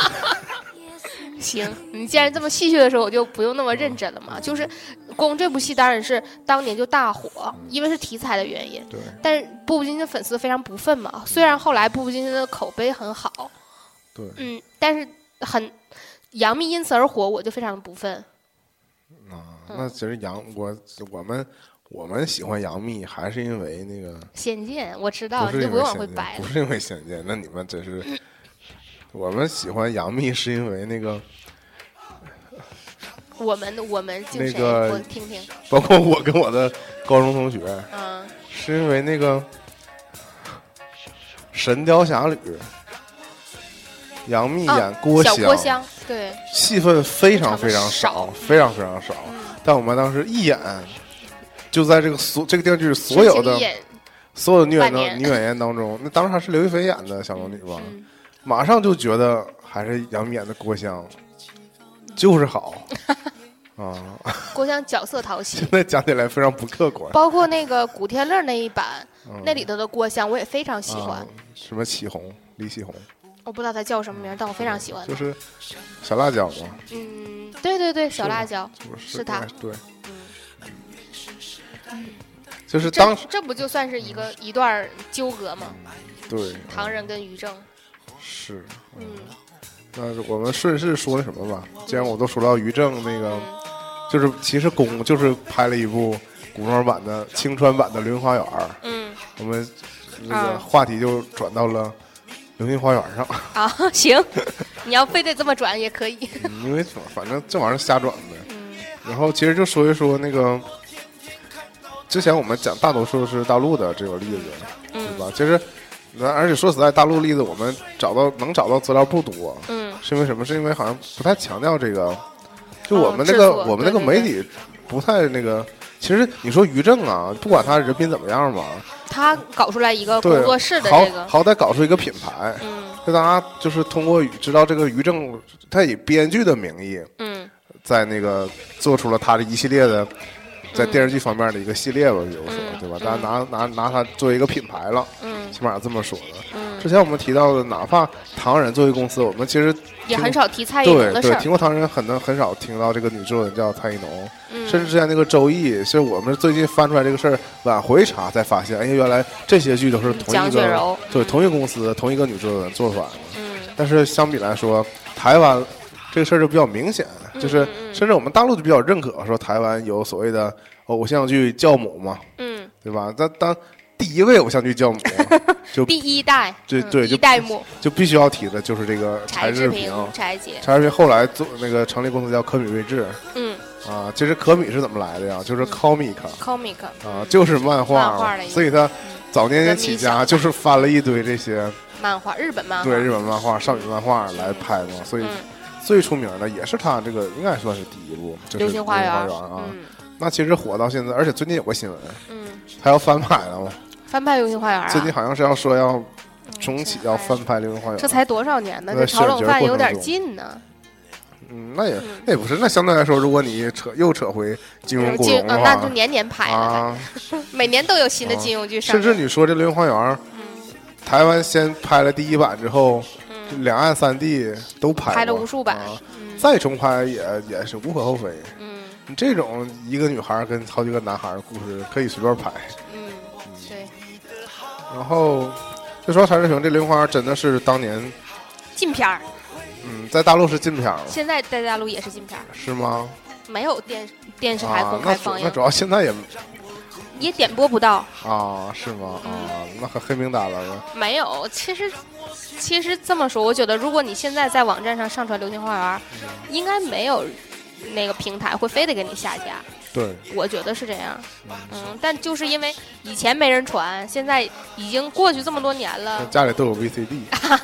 行，你既然这么戏谑的时候，我就不用那么认真了嘛。就是《宫》这部戏当然是当年就大火，因为是题材的原因。 对。 但是《步步惊心》的粉丝非常不忿嘛，虽然后来《步步惊心》的口碑很好， 对， 但是杨幂因此而火，我就非常的不忿。 那其实我们喜欢杨幂，还是因为那个《 仙剑》，我知道，你就不用往回掰了。 不是因为《仙剑》，那你们真是。我们喜欢杨幂是因为那个， 我们就谁？我听听。 包括我跟我的高中同学，是因为那个《神雕侠侣》，杨幂演郭襄， 小郭襄，对， 戏份非常非常少，非常非常少。但我们当时一演，就在这个电视剧所有的女演员当中，那当时还是刘亦菲演的小龙女吧。马上就觉得还是杨幂演的郭襄就是好啊！ 郭襄角色讨喜， 现在讲起来非常不客观。 包括那个古天乐那一版，那里头的郭襄我也非常喜欢。 什么启宏，李启宏， 我不知道他叫什么名，但我非常喜欢。 就是小辣椒嘛。 对，小辣椒是他。 对。就是这不就算是一段纠葛吗？ 对， 唐人跟于正。 是， 那我们顺势说那什么吧，既然我都说到于正那个，就是其实就是拍了一部古装版的青川版的《流星花园》。我们那个话题就转到了《流星花园》上啊。行，你要非得这么转也可以。 因为反正这玩意儿瞎转的。然后其实就说一说那个，之前我们讲大多数是大陆的这个例子，对吧？其实，而且说实在，大陆例子我们能找到资料不多。是因为什么？是因为好像不太强调这个，就我们那个、我们那个媒体不太那个。其实你说于正啊，不管他人品怎么样嘛， 他搞出来一个工作室的这个， 好歹搞出一个品牌，就大家就是通过知道这个于正，他以编剧的名义，在那个做出了他的一系列的，在电视剧方面的一个系列吧，比如说，对吧？大家拿它作为一个品牌了，起码这么说的。之前我们提到的，哪怕唐人作为公司，我们其实也很少提蔡依农的事儿。 对，听过唐人很少听到这个女制作人叫蔡依农，甚至之前那个周易，其实我们最近翻出来这个事儿，往回查才发现，哎呀，原来这些剧都是同一个同一个公司同一个女制作人做出来的。但是相比来说，台湾这个事儿就比较明显，就是甚至我们大陆就比较认可说台湾有所谓的偶像剧教母嘛，对吧？当第一位偶像剧教母，就第一代， 对， 一代目就必须要提的就是这个柴智屏， 柴姐后来做那个成立公司叫科米睿智，其实可米是怎么来的呀？就是 comic 啊，就是漫画所以他早年间起家就是翻了一堆这些漫画，日本漫画， 对，日本漫画、少女漫画来拍的，所以最出名的也是他这个，应该算是第一部，就是《流星花园》啊。那其实火到现在，而且最近有个新闻，他要翻拍了嘛。翻拍《流星花园》啊！ 最近好像是要说要重启，要翻拍《流星花园》。 这才多少年呢？这炒冷饭有点近呢。 那也不是。那相对来说，如果你又扯回金庸、古龙的话， 那就年拍了，每年都有新的金庸剧上。 甚至你说这《流星花园》，台湾先拍了第一版之后，两岸三地都拍了无数版， 再重拍也是无可厚非。你这种一个女孩跟好几个男孩的故事，可以随便拍。 对。 然后就说柴智屏这《流星花园》真的是当年禁片儿。 在大陆是禁片了。 现在在大陆也是禁片。 是吗？ 没有电视台公开放映。 那主要现在也点播不到啊？是吗？那可黑名单了呢。 没有，其实这么说，我觉得如果你现在在网站上上传《流星花园》，应该没有那个平台会非得给你下架。 对， 我觉得是这样。但就是因为以前没人传，现在已经过去这么多年了， 家里都有 VCD。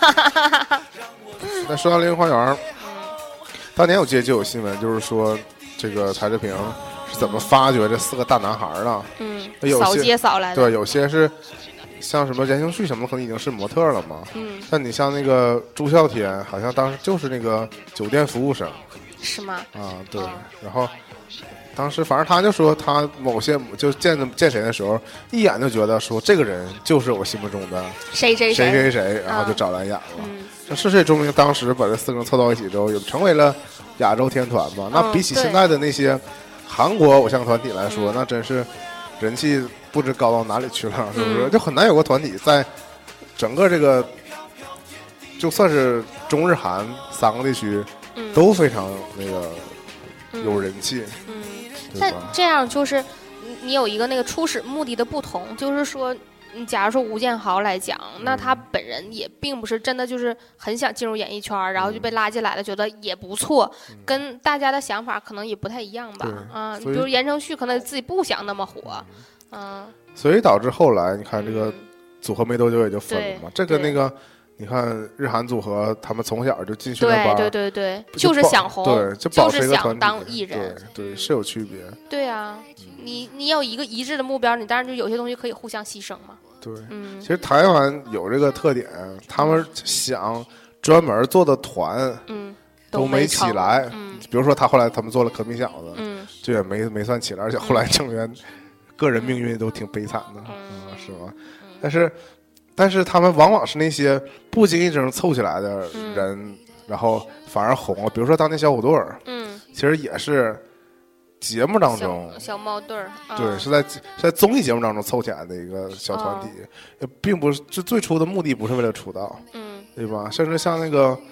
那说到《流星花园》，当年我记得就有新闻，就是说这个柴智屏是怎么发掘这4个大男孩的？ 扫街扫来的。 对，有些是像什么言承旭什么，可能已经是模特了嘛。但你像那个朱孝天，好像当时就是那个酒店服务生。 是吗？ 对。然后当时反正他就说，他某些就见谁的时候，一眼就觉得说这个人就是我心目中的谁， 然后就找来演了。这事实也证明，当时把这4个人凑到一起之后，也成为了亚洲天团嘛。那比起现在的那些韩国偶像团体来说，那真是人气不知高到哪里去了，是不是？就很难有个团体在整个这个就算是中日韩3个地区都非常那个有人气。 但这样就是你有一个那个初始目的的不同，就是说假如说吴建豪来讲，那他本人也并不是真的就是很想进入演艺圈，然后就被拉进来了，觉得也不错，跟大家的想法可能也不太一样吧。比如言承旭可能自己不想那么火， 所以导致后来你看这个组合没多久也就分了嘛。这个那个你看日韩组合，他们从小就进训练班， 对，就是想红， 对， 就是想当艺人， 对，是有区别。 对啊，你有一个一致的目标，你当然就有些东西可以互相牺牲嘛。 对，其实台湾有这个特点，他们想专门做的团，都没起来。比如说他后来他们做了可米小子，这也没算起来，而且后来成员个人命运都挺悲惨的，是吗？但是他们往往是那些不经意之中凑起来的人，然后反而红了。比如说当年小虎队其实也是节目当中小猫队对，是在综艺节目当中凑起来的一个小团体，并不是就最初的目的不是为了出道，对吧？甚至像那个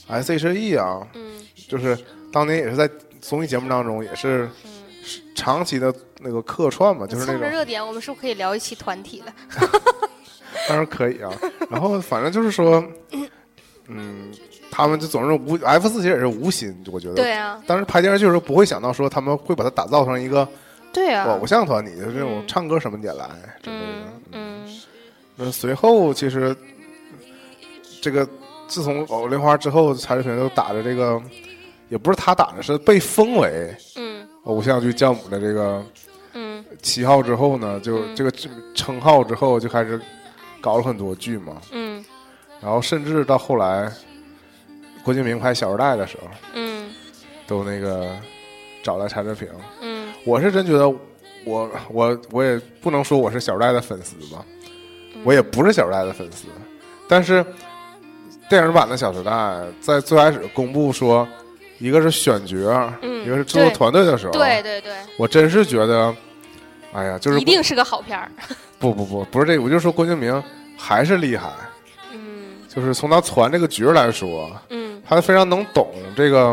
S.H.E 啊，就是当年也是在综艺节目当中也是长期的那个客串嘛，就是那种蹭着热点，我们是不是可以聊一期团体了？ 当然可以啊。然后反正就是说，他们就总是F4其实也是无心，我觉得。 对啊。 当时拍电视剧的时候不会想到说他们会把它打造成一个对啊偶像团体，就是这种唱歌什么也来之类的。那随后其实这个自从偶莲花之后，柴智屏就打着这个，也不是他打的，是被封为偶像剧教母的这个旗号之后呢，就这个称号之后就开始搞了很多剧嘛。然后甚至到后来郭敬明拍《小时代》的时候，都那个找来柴智屏。我是真觉得我也不能说我是《小时代》的粉丝吧，我也不是《小时代》的粉丝，但是电影版的《小时代》在最开始公布说一个是选角，一个是制作团队的时候， 对， 我真是觉得，哎呀，就是一定是个好片儿。 不是这个，我就说郭敬明还是厉害。就是从他传这个角来说，他非常能懂这个，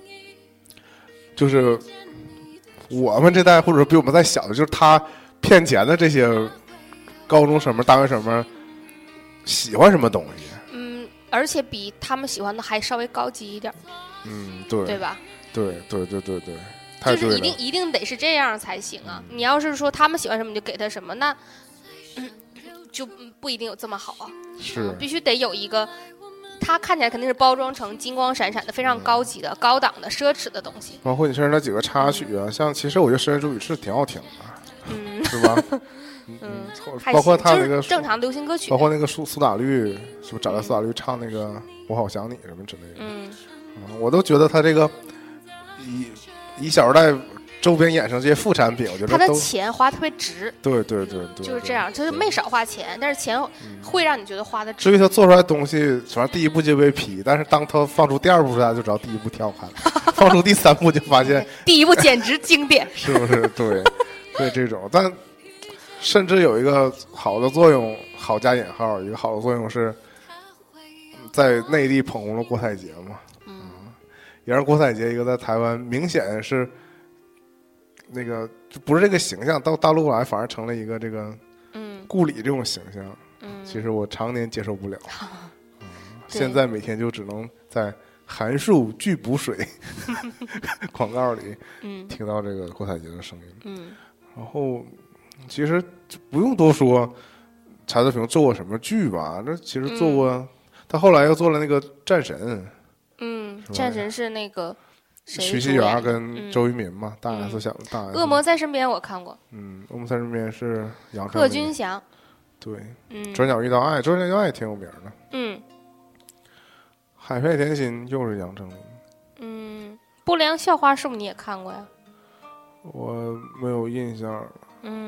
就是我们这代或者比我们再小的，就是他骗钱的这些高中生们、大学生们喜欢什么东西。 而且比他们喜欢的还稍微高级一点。 对吧？ 对， 就是一定得是这样才行啊！你要是说他们喜欢什么你就给他什么，那就不一定有这么好啊。 是， 必须得有一个，它看起来肯定是包装成金光闪闪的、非常高级的、高档的、奢侈的东西。 包括你身上那几个插曲啊，像其实我觉得《深水煮雨》是挺好听的，是吧？包括他那个正常流行歌曲， 包括那个苏打绿，是不是找来苏打绿唱那个《我好想你》什么之类的，我都觉得他这个以小时代周边衍生这些副产品，我觉得他的钱花特别值。 对， 就是这样，就是没少花钱，但是钱会让你觉得花的值。 至于他做出来的东西，反正第一部就被批，但是当他放出第二部时，大家就知道第一部挺好看了，放出第三部就发现第一部简直经典， 是不是？对这种，但甚至有一个好的作用，好加引号，一个好的作用是在内地捧红了郭采洁嘛，也让郭采洁一个在台湾明显是那个就不是这个形象，到大陆来反而成了一个这个顾里这种形象，其实我常年接受不了，现在每天就只能在函数聚补水广告里听到这个郭采洁的声音，然后其实不用多说柴智屏做过什么剧吧，这其实做过，他后来又做了那个战神， 战神是那个徐熙媛跟周渝民嘛，大 S 小大 S。 恶魔在身边我看过， 恶魔在身边是杨丞琳、 贺军翔， 对，转角遇到爱，转角遇到爱也挺有名的，海派甜心又是杨丞琳， 不良校花是不是你也看过呀？ 我没有印象了，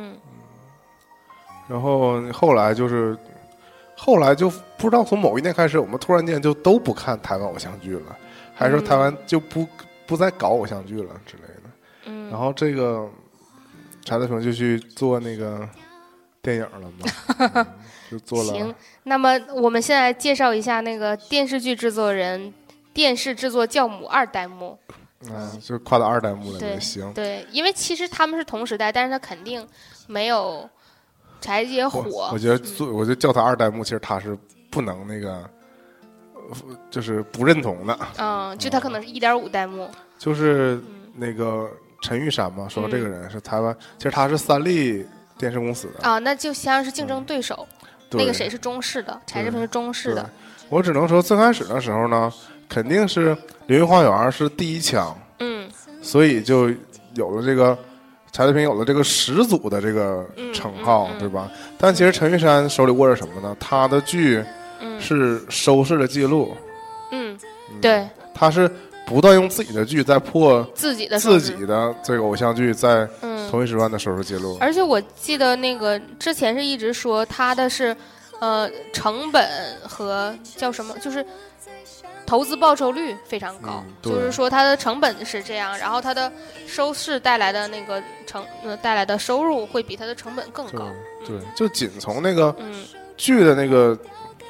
然后后来就不知道从某一年开始，我们突然间就都不看台湾偶像剧了，还是说台湾就不再搞偶像剧了之类的。然后这个柴智屏就去做那个电影了嘛，就做了。 行，那么我们现在介绍一下那个电视剧制作人、电视制作教母二代目。 就跨到二代目了也行。 对，因为其实他们是同时代，但是他肯定没有柴姐火。 我觉得叫他二代目，其实他是不能那个，就是不认同的。 就他可能是1.5代目。 就是那个陈玉珊嘛，说这个人是台湾，其实他是三立电视公司的那就像是竞争对手。那个谁是中视的，柴智屏是中视的。 我只能说最开始的时候呢，肯定是流星花园是第一枪，所以就有了这个柴智屏有了这个始祖的这个称号，对吧？但其实陈玉珊手里握着什么呢？他的剧是收视的记录， 对， 他是不断用自己的剧在破自己的这个偶像剧在同一时段的收视记录。 而且我记得那个之前是一直说他的是成本和叫什么，就是投资报酬率非常高，就是说它的成本是这样，然后它的收视带来的那个带来的收入会比它的成本更高。 对，就仅从那个剧的那个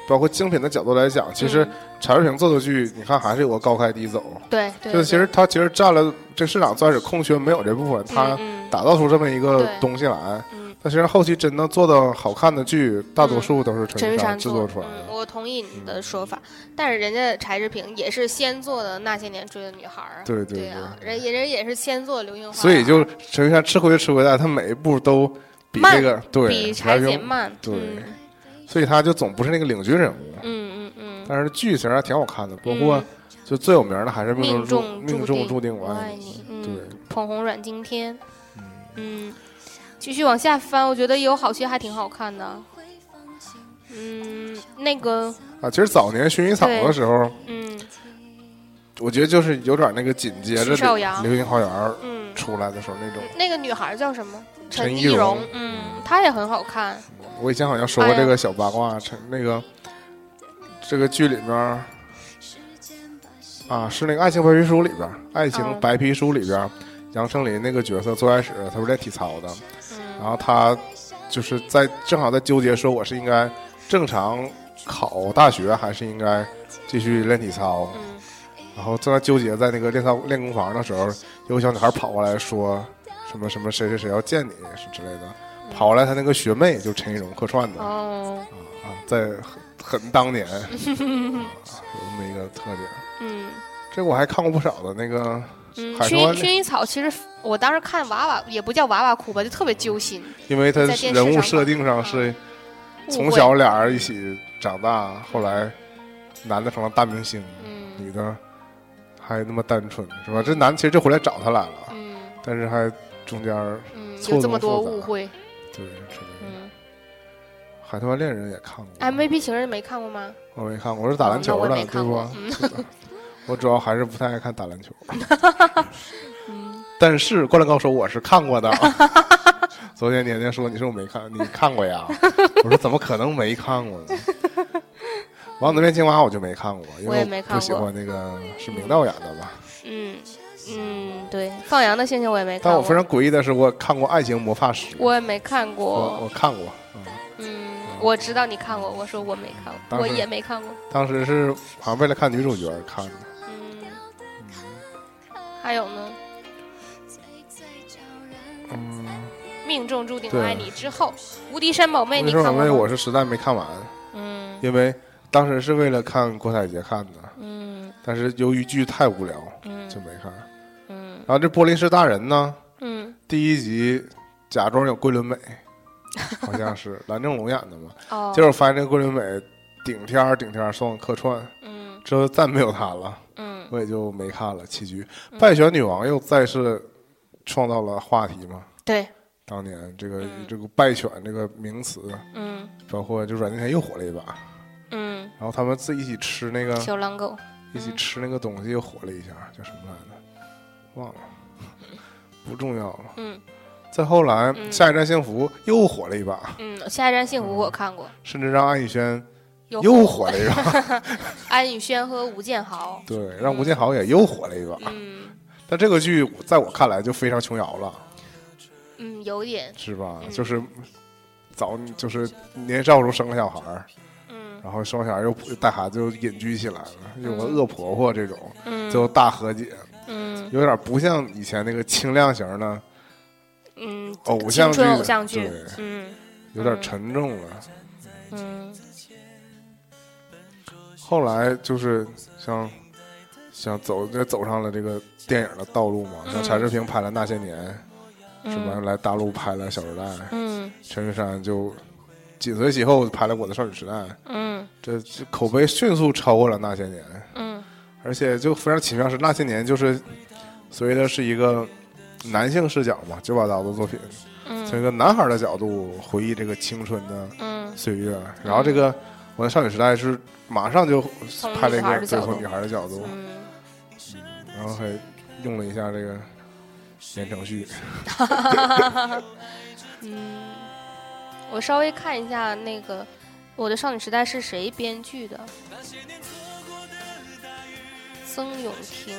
包括精品的角度来讲，其实柴智屏做的剧，你看还是有个高开低走。 对对， 就是其实占了这市场最开始空缺没有这部分，他打造出这么一个东西来。但其实后期真的做的好看的剧，大多数都是陈玉珊制作出来的。 我同意你的说法，但是人家柴智屏也是先做的《那些年追的女孩》啊， 对啊，人也是先做《流星花园》， 所以就陈玉珊吃亏在，他每一部都比这个比柴姐慢， 对，所以他就总不是那个领军人物。但是剧其实还挺好看的，包括就最有名的还是命中注定我爱你，对， 捧红阮经天，继续往下翻，我觉得有好些还挺好看的。那个其实早年薰衣草的时候，我觉得就是有点那个紧接着流星花园出来的时候那种。 那个女孩叫什么？ 陈怡蓉，她也很好看。 我以前好像说过这个小八卦，那个这个剧里面是那个《爱情白皮书》里边，《爱情白皮书》里边，杨丞琳那个角色最开始他是练体操的。然后他就是正好在纠结，说我是应该正常考大学，还是应该继续练体操。然后正在纠结在那个练功房的时候，有个小女孩跑过来说什么什么谁谁谁要见你是之类的。跑过来他那个学妹就陈怡蓉客串的。在很当年有这么一个特点。这我还看过不少的那个。 薰衣草其实我当时看娃娃也不叫娃娃哭吧，就特别揪心， 因为他人物设定上是从小俩人一起长大，后来男的成了大明星，女的还那么单纯，是吧？这男的其实就回来找他来了，但是还中间有这么多误会， 对，是的。海豚湾恋人也看过 ，MVP 情人没看过吗？ 我没看过，我是打篮球的，对不？我主要还是不太爱看打篮球。但是《灌篮高手》我是看过的。昨天年年说你是我没看，你看过呀？我说怎么可能没看过呢？王子变青蛙我就没看过，因为我不喜欢那个是明道演的吧？ 对，放羊的星星我也没看过。 但我非常诡异的是，我看过《爱情魔法师》， 我也没看过。 我看过。 我知道你看过，我说我没看过，我也没看过。 当时是好像为了看女主角看的。 还有呢？命中注定我爱你之后，无敌山宝妹你看过吗？ 我是实在没看完。因为当时是为了看郭采洁看的。但是由于剧太无聊，就没看。然后这柏林市大人呢？第一集假装有桂纶镁，好像是蓝正龙演的嘛。结果发现这个桂纶镁顶天送客串，之后再没有他了。我也就没看了7局。败选女王又再次创造了话题嘛？ 对， 当年这个败犬这个名词，包括就阮经天又火了一把，然后他们自己一起吃那个小狼狗， 一起吃那个东西又火了一下，叫什么来着？忘了，不重要了。再后来，下一站幸福又火了一把。 下一站幸福我看过， 甚至让安以轩又火了一把。 安以轩和吴建豪， 对，让吴建豪也又火了一把。但这个剧在我看来就非常琼瑶了。 有点是吧？就是就是年少时候生个小孩儿，然后生小孩又带孩子又隐居起来了，有个恶婆婆这种，最后大和解，有点不像以前那个清亮型的，偶像剧，对，有点沉重了。后来就是像走上了这个电影的道路嘛，像柴智屏拍了《那些年》。是吧？来大陆拍了《小时代》，陈玉珊就紧随其后拍了《我的少女时代》，这口碑迅速超过了《那些年》，而且就非常奇妙是《那些年》就是所谓的是一个男性视角嘛，9把刀的作品，从一个男孩的角度回忆这个青春的岁月，然后这个《我的少女时代》是马上就拍了一个从女孩的角度，然后还用了一下这个。言承旭。 我稍微看一下那个《我的少女时代》是谁编剧的？曾永婷，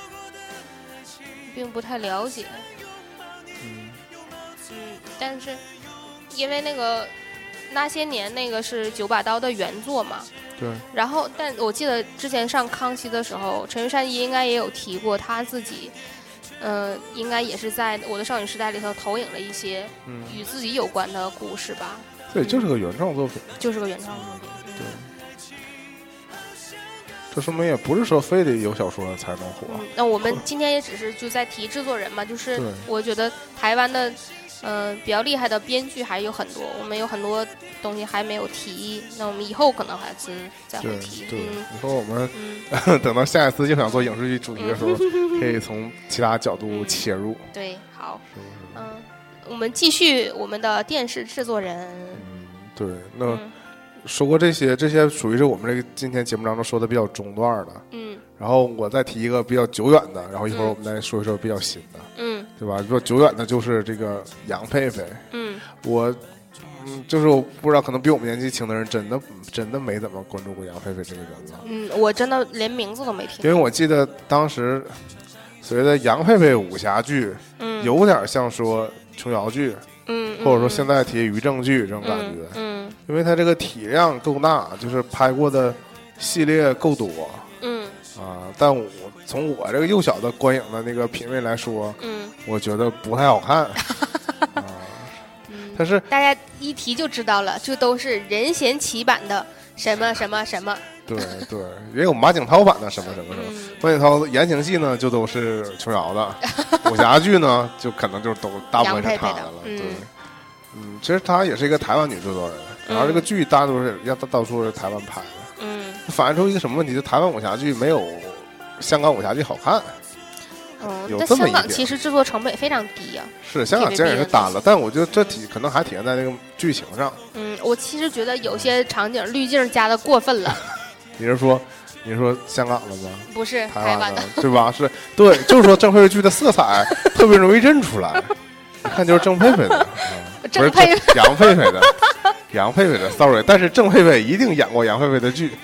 并不太了解。但是因为那个那些年那个是9把刀的原作嘛， 对。 然后，但我记得之前上康熙的时候，陈玉珊应该也有提过他自己，应该也是在《我的少女时代》里头投影了一些与自己有关的故事吧。 对，就是个原创作品。 就是个原创作品。 对。这说明也不是说非得有小说才能火。 那我们今天也只是就在提制作人嘛，就是我觉得台湾的比较厉害的编剧还有很多，我们有很多东西还没有提，那我们以后可能还是再会提。 对，以后我们等到下一次又想做影视剧主题的时候，可以从其他角度切入。 对，好，我们继续我们的电视制作人。 对，那。说过这些属于是我们这个今天节目当中说的比较中段的，然后我再提一个比较久远的，然后一会儿我们再说一说比较新的，对吧？比较久远的就是这个杨佩佩，我就是我不知道，可能比我们年纪轻的人真的没怎么关注过杨佩佩这个人了， 我真的连名字都没听， 因为我记得当时所谓的杨佩佩武侠剧，有点像说琼瑶剧。或者说现在提余正剧这种感觉，因为它这个体量够大，就是拍过的系列够多，但我从我这个幼小的观影的那个品味来说，我觉得不太好看，但是大家一提就知道了，这都是任贤齐版的什么什么什么。 对，也有马景涛版的什么什么什么。马景涛言情戏呢，就都是琼瑶的；武侠剧呢，就可能就都大部分是他的了。对，其实她也是一个台湾女制作人，然后这个剧大多数是台湾拍的。反映出一个什么问题？就台湾武侠剧没有香港武侠剧好看。有这么一点。香港其实制作成本非常低啊。 是香港真也是单了，但我觉得这可能还体现在那个剧情上。 我其实觉得有些场景滤镜加的过分了。 你是说香港的吗？ 不是台湾的， 对吧？是对，就是说郑佩佩剧的色彩特别容易认出来，一看就是郑佩佩的，不是杨佩佩的，杨佩佩的 ，sorry， 但是郑佩佩一定演过杨佩佩的剧。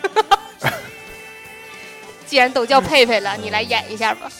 既然都叫佩佩了，你来演一下吧。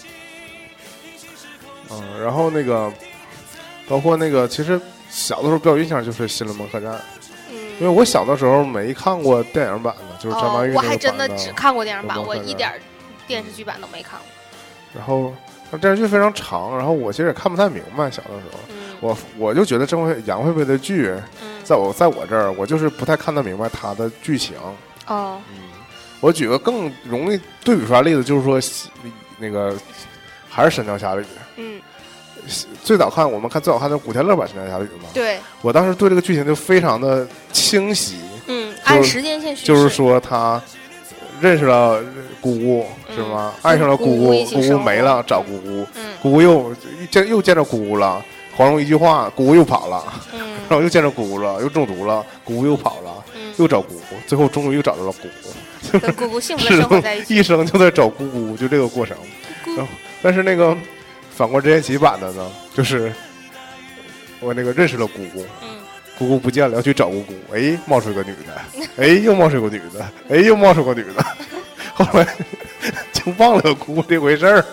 然后那个，包括那个，其实小的时候比较印象就是《新龙门客栈》。因为我小的时候没看过电影版的，就是张曼玉那个版的。 我还真的只看过电影版，我一点电视剧版都没看过。 然后电视剧非常长，然后我其实也看不太明白。小的时候，我就觉得杨佩佩的剧，在我这儿，我就是不太看得明白她的剧情。我举个更容易对比出来的例子，就是说那个还是《神雕侠侣》。最早看的古天乐版《神雕侠侣》嘛， 对， 我当时对这个剧情就非常的清晰， 按时间线叙事， 就是说他认识了姑姑，是吗？爱上了姑姑，姑姑没了，找姑姑，姑姑又见着姑姑了，黄蓉一句话，姑姑又跑了，然后又见着姑姑了，又中毒了，姑姑又跑了，又找姑姑，最后终于又找到了姑姑， 跟姑姑幸福的生活在一起， 一生就在找姑姑，就这个过程。但是那个反观任贤齐版的呢，就是我那个认识了姑姑，姑姑不见了，要去找姑姑，哎，冒出一个女的，哎，又冒出一个女的，哎，又冒出个女的，后来就忘了姑姑这回事儿了。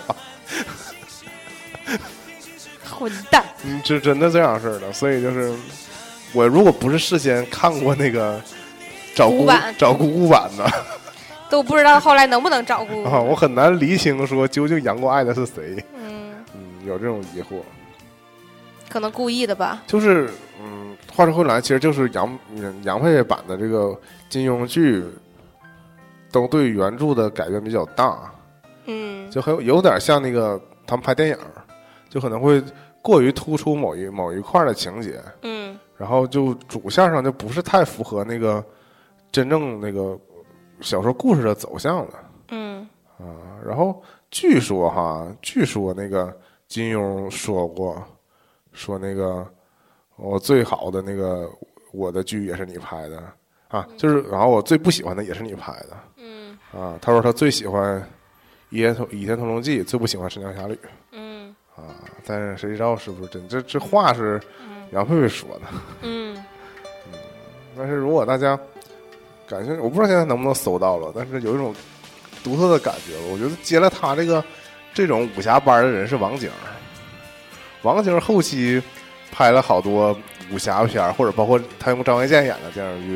混蛋！ 这真的这样式的，所以就是我如果不是事先看过那个找姑姑版的， 都不知道后来能不能找姑姑我很难厘清说究竟杨过爱的是谁。有这种疑惑， 可能故意的吧。 就是话说回来，其实就是杨佩佩版的这个金庸剧，都对原著的改编比较大。就有点像那个他们拍电影，就可能会过于突出某一块的情节。然后就主线上就不是太符合那个真正那个小说故事的走向了。然后据说那个金庸说那个我最好的那个我的剧也是你拍的啊，就是然后我最不喜欢的也是你拍的。他说他最喜欢倚天屠龙记，最不喜欢神雕侠侣。但是谁知道是不是真？这话是杨佩佩说的。但是如果大家感兴趣，我不知道现在能不能搜到了，但是有一种独特的感觉，我觉得接了他这种武侠班的人是王晶。王晶后期拍了好多武侠片，或者包括他用张卫健演的电视剧，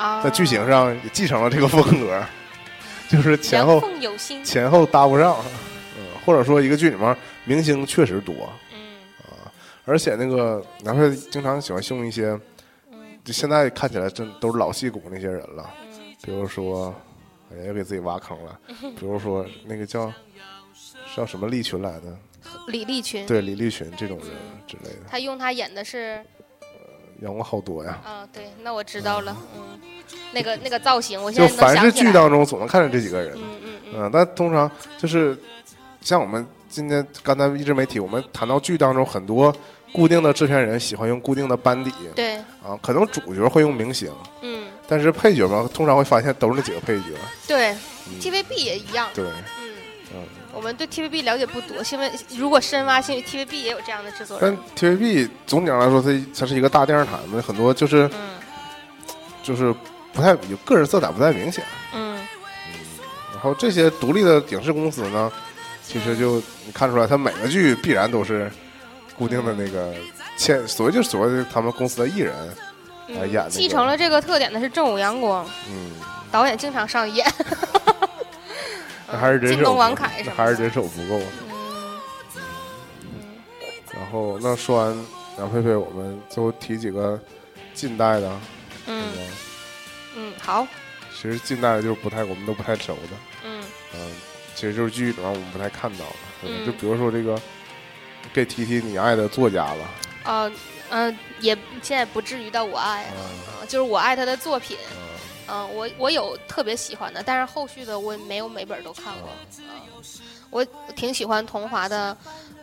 啊， 在剧情上也继承了这个风格，就是前后阳奉有心， 搭不上，或者说一个剧里面明星确实多，而且那个男配经常喜欢用一些，就现在看起来真都是老戏骨那些人了，比如说，哎呀，给自己挖坑了，比如说那个叫什么利群来的， 李立群， 对，李立群这种人之类的， 他用他演的是。 演过好多呀。 啊，对，那我知道了，那个造型，我现就在能想起来。 凡是剧当中总能看见这几个人，但通常就是像我们今天刚才一直没提，我们谈到剧当中很多固定的制片人喜欢用固定的班底， 对， 可能主角会用明星，但是配角嘛，通常会发现都是那几个配角， 对，TVB 也一样， 对， 我们对 TVB 了解不多，因为如果深挖进去 TVB 也有这样的制作人。 但 TVB 总体上来说，它是一个大电视台嘛，很多就是不太有个人色彩不太明显。然后这些独立的影视公司呢，其实就你看出来，它每个剧必然都是固定的那个所谓的他们公司的艺人来演。 继承了这个特点的是正午阳光，导演经常上演。 还是人手， 京东王凯还是人手不够。然后那说完杨佩佩，我们最后提几个近代的。 好。 其实近代的就是我们都不太熟的。其实就是剧里面我们不太看到的。就比如说这个，可以提你爱的作家了。 也现在不至于到我爱，就是我爱他的作品。我有特别喜欢的，但是后续的我没有每本都看过。我挺喜欢童华的，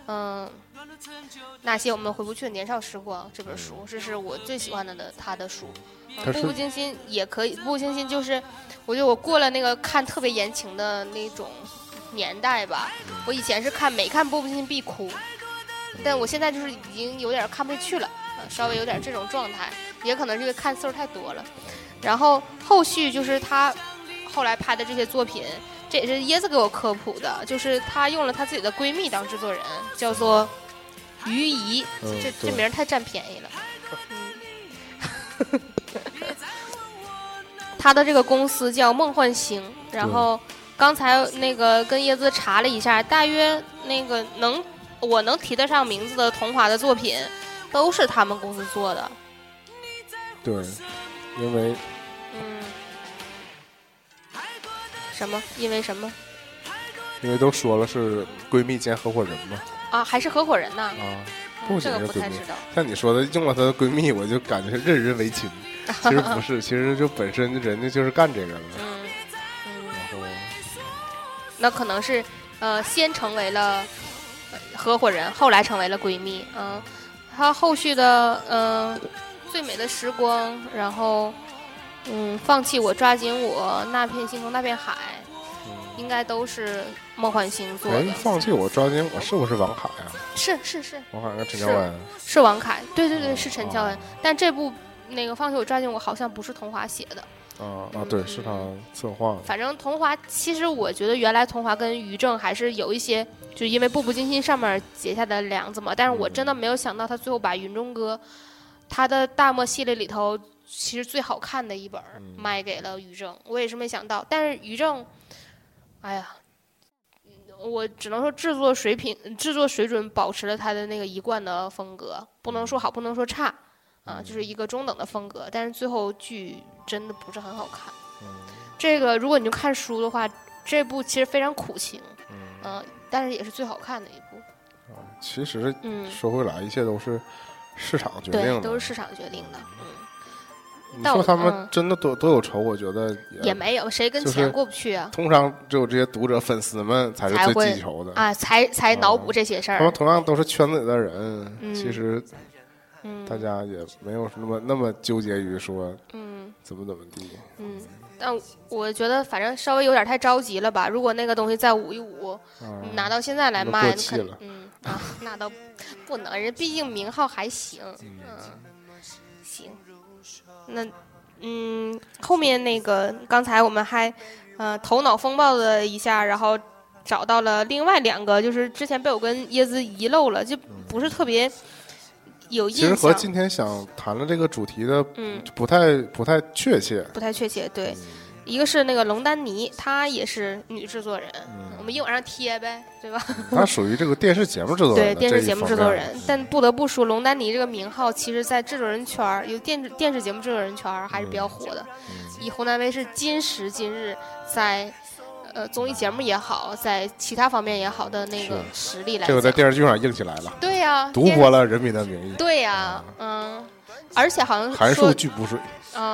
那些我们回不去的年少时光这本书，这是我最喜欢的他的书。步步惊心也可以，步步惊心就是我觉得我过了那个看特别言情的那种年代吧。我以前是每看步步惊心必哭，但我现在就是已经有点看不下去了，稍微有点这种状态，也可能是因为看次数太多了。然后后续就是他后来拍的这些作品，这也是椰子给我科普的，就是他用了他自己的闺蜜当制作人，叫做于怡，这名太占便宜了。他的这个公司叫梦幻星，然后刚才那个跟椰子查了一下，大约那个我能提得上名字的童华的作品，都是他们公司做的。 对，因为什么？因为什么？ 因为都说了是闺蜜兼合伙人嘛。 啊，还是合伙人呢？ 不这个不太知道。 像你说的用了她的闺蜜，我就感觉是任人唯亲。其实不是，其实就本身人家就是干这个的。然后， 那可能是先成为了合伙人，后来成为了闺蜜。她后续的最美的时光，然后放弃我，抓紧我，那片星空那片海，应该都是梦幻星做的。 放弃我，抓紧我，是不是王凯啊？ 是。 王凯跟陈乔恩是王凯，对，是陈乔恩。但这部那个放弃我，抓紧我好像不是童华写的。 对，是他策划的。 反正童华，其实我觉得原来童华跟于正还是有一些，就是因为步步惊心上面结下的梁子嘛。但是我真的没有想到他最后把云中歌，他的大漠系列里头其实最好看的一本卖给了于正，我也是没想到。但是于正，哎呀，我只能说制作水准保持了他的那个一贯的风格，不能说好，不能说差。就是一个中等的风格，但是最后剧真的不是很好看。这个如果你就看书的话，这部其实非常苦情，但是也是最好看的一部。 其实说回来，一切都是市场决定的， 对，都是市场决定的。 你说他们真的都有仇，我觉得也没有，谁跟钱过不去啊？ 通常只有这些读者粉丝们才是最记仇的啊，才脑补这些事儿。 他们同样都是圈子里的人，其实。大家也没有那么纠结于说，怎么地。 但我觉得反正稍微有点太着急了吧。如果那个东西再捂一捂，拿到现在来卖，那倒不能，人毕竟名号还行。行。那后面那个刚才我们还头脑风暴了一下，然后找到了另外2个，就是之前被我跟椰子遗漏了，就不是特别。 有其实印象， 和今天想谈的这个主题的嗯， 不太确切。 不太确切。对，一个是那个龙丹妮，她也是女制作人，我们硬往上贴呗，对吧？ 他属于这个电视节目制作人对，电视节目制作人。 这一方面但不得不说，龙丹妮这个名号，其实在制作人圈儿，有电视节目制作人圈儿还是比较火的。以湖南卫视今时今日在综艺节目也好，在其他方面也好的那个实力来讲， 这个在电视剧上硬起来了， 对呀， 独播了《人民的名义》。 对呀，而且好像函数说， 巨补水。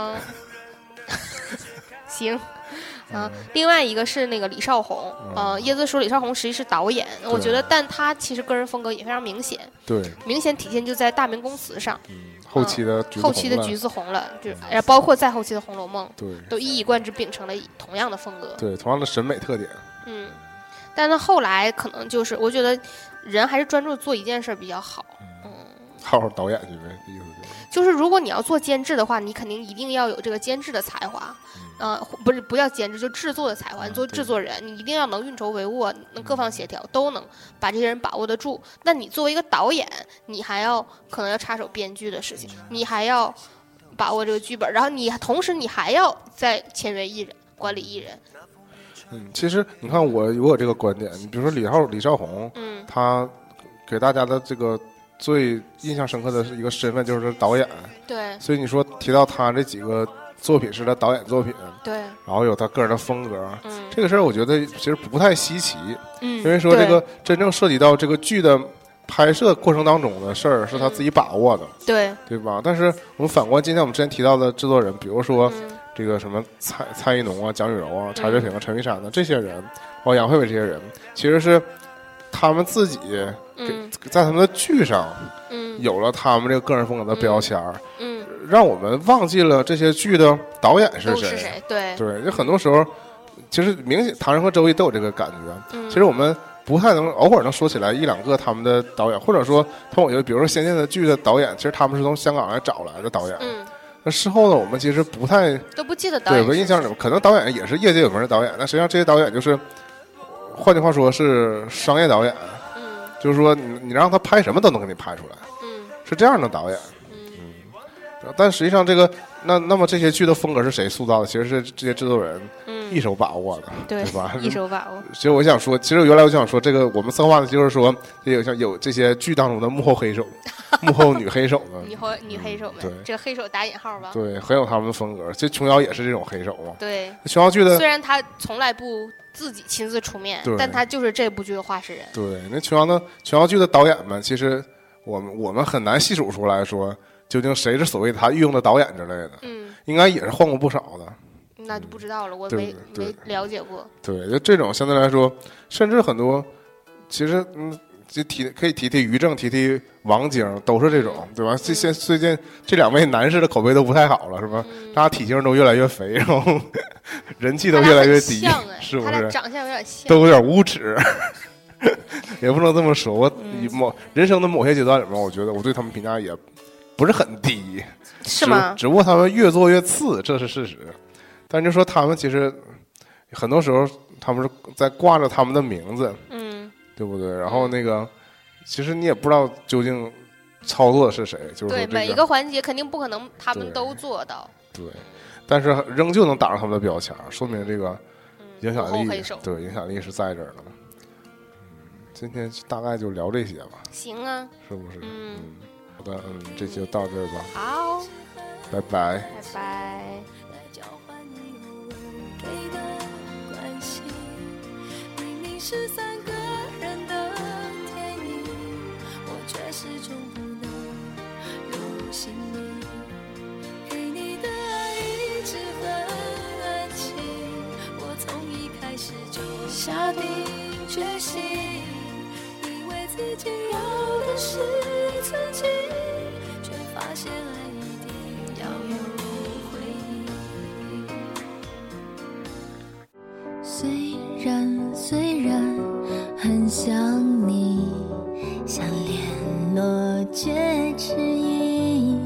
行。另外一个是那个李少红，椰子说李少红实际是导演，我觉得，但他其实个人风格也非常明显， 对， 明显体现就在《大明宫词》上， 后期的橘子红了，就包括再后期的《红楼梦》， 对， 都一以贯之秉承了同样的风格， 对，同样的审美特点。 但是后来可能就是，我觉得人还是专注做一件事比较好， 好好导演去呗，意思就是如果你要做监制的话，你肯定一定要有这个监制的才华，不叫监制，就制作的才华。你做制作人，你一定要能运筹帷幄，能各方协调，都能把这些人把握得住。那你作为一个导演，你还要可能要插手编剧的事情，你还要把握这个剧本，然后同时你还要再签约艺人、管理艺人。 其实你看我有这个观点，你比如说李少红，他给大家的这个最印象深刻的是一个身份就是导演， 对， 所以你说提到他这几个作品是他导演作品， 对， 然后有他个人的风格，这个事儿我觉得其实不太稀奇，因为说这个真正涉及到这个剧的拍摄过程当中的事儿是他自己把握的，对吧？但是我们反观今天我们之前提到的制作人，比如说这个什么蔡依农啊、蒋雨柔啊、柴智屏啊、陈慧珊的这些人，包括杨慧慧这些人，其实是他们自己在他们的剧上，有了他们这个个人风格的标签儿，让我们忘记了这些剧的导演是谁。 对， 就很多时候，其实明显唐人和周一都有这个感觉。其实我们不太能偶尔能说起来一两个他们的导演，或者说他们有比如说《仙剑》的剧的导演，其实他们是从香港来找来的导演。那事后呢，我们其实都不记得导演。对，我印象里可能导演也是业界有名的导演，但实际上这些导演就是，换句话说是商业导演。就是说你让他拍什么都能给你拍出来。是这样的导演。但实际上这个那么这些剧的风格是谁塑造的？其实是这些制作人一手把握的，对吧？一手把握。其实我想说，原来我想说，这个我们策划的就是说，有这些剧当中的幕后黑手，幕后女黑手呢，女黑手们，对，这个黑手打引号吧，对，很有他们的风格。其实琼瑶也是这种黑手嘛，对。琼瑶剧的虽然他从来不自己亲自出面，但他就是这部剧的话事人。对，那琼瑶剧的导演们，其实我们很难细数出来说。究竟谁是所谓他御用的导演之类的？应该也是换过不少的。那就不知道了，我没了解过。对，就这种相对来说，甚至很多，其实就可以提于正，提王晶，都是这种，对吧？最近这两位男士的口碑都不太好了，是吧？大家体型都越来越肥，然后人气都越来越低，是不是？他俩长相有点像，都有点无耻。也不能这么说，我人生的某些阶段里面，我觉得我对他们评价也不是很低，是吗？只不过他们越做越次，这是事实。但就说他们其实很多时候，他们是在挂着他们的名字，对不对？然后那个，其实你也不知道究竟操作的是谁，就是对每一个环节肯定不可能他们都做到，对。但是仍旧能打上他们的标签，说明这个影响力，对影响力是在这儿的。今天大概就聊这些吧。行啊，是不是？好的，这期就到这儿吧。好，拜拜。拜拜。明明是3个人的电影，我却始终不能入心里。给你的爱一直很安静，我从一开始就下定决心，以为自己要的是曾经，却发现爱一定要有回应。虽然很想你，想联络却迟疑，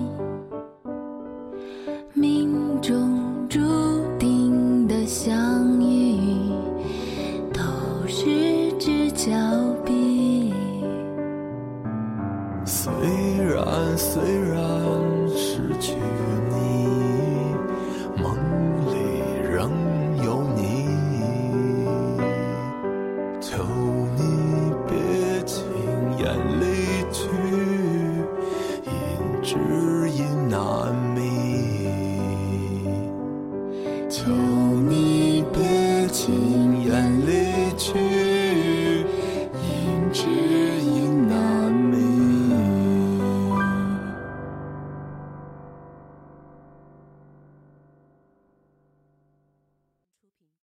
命中注定的相遇都失之交臂。虽然虽然失去你，梦里仍有你，求你别轻言离去，因知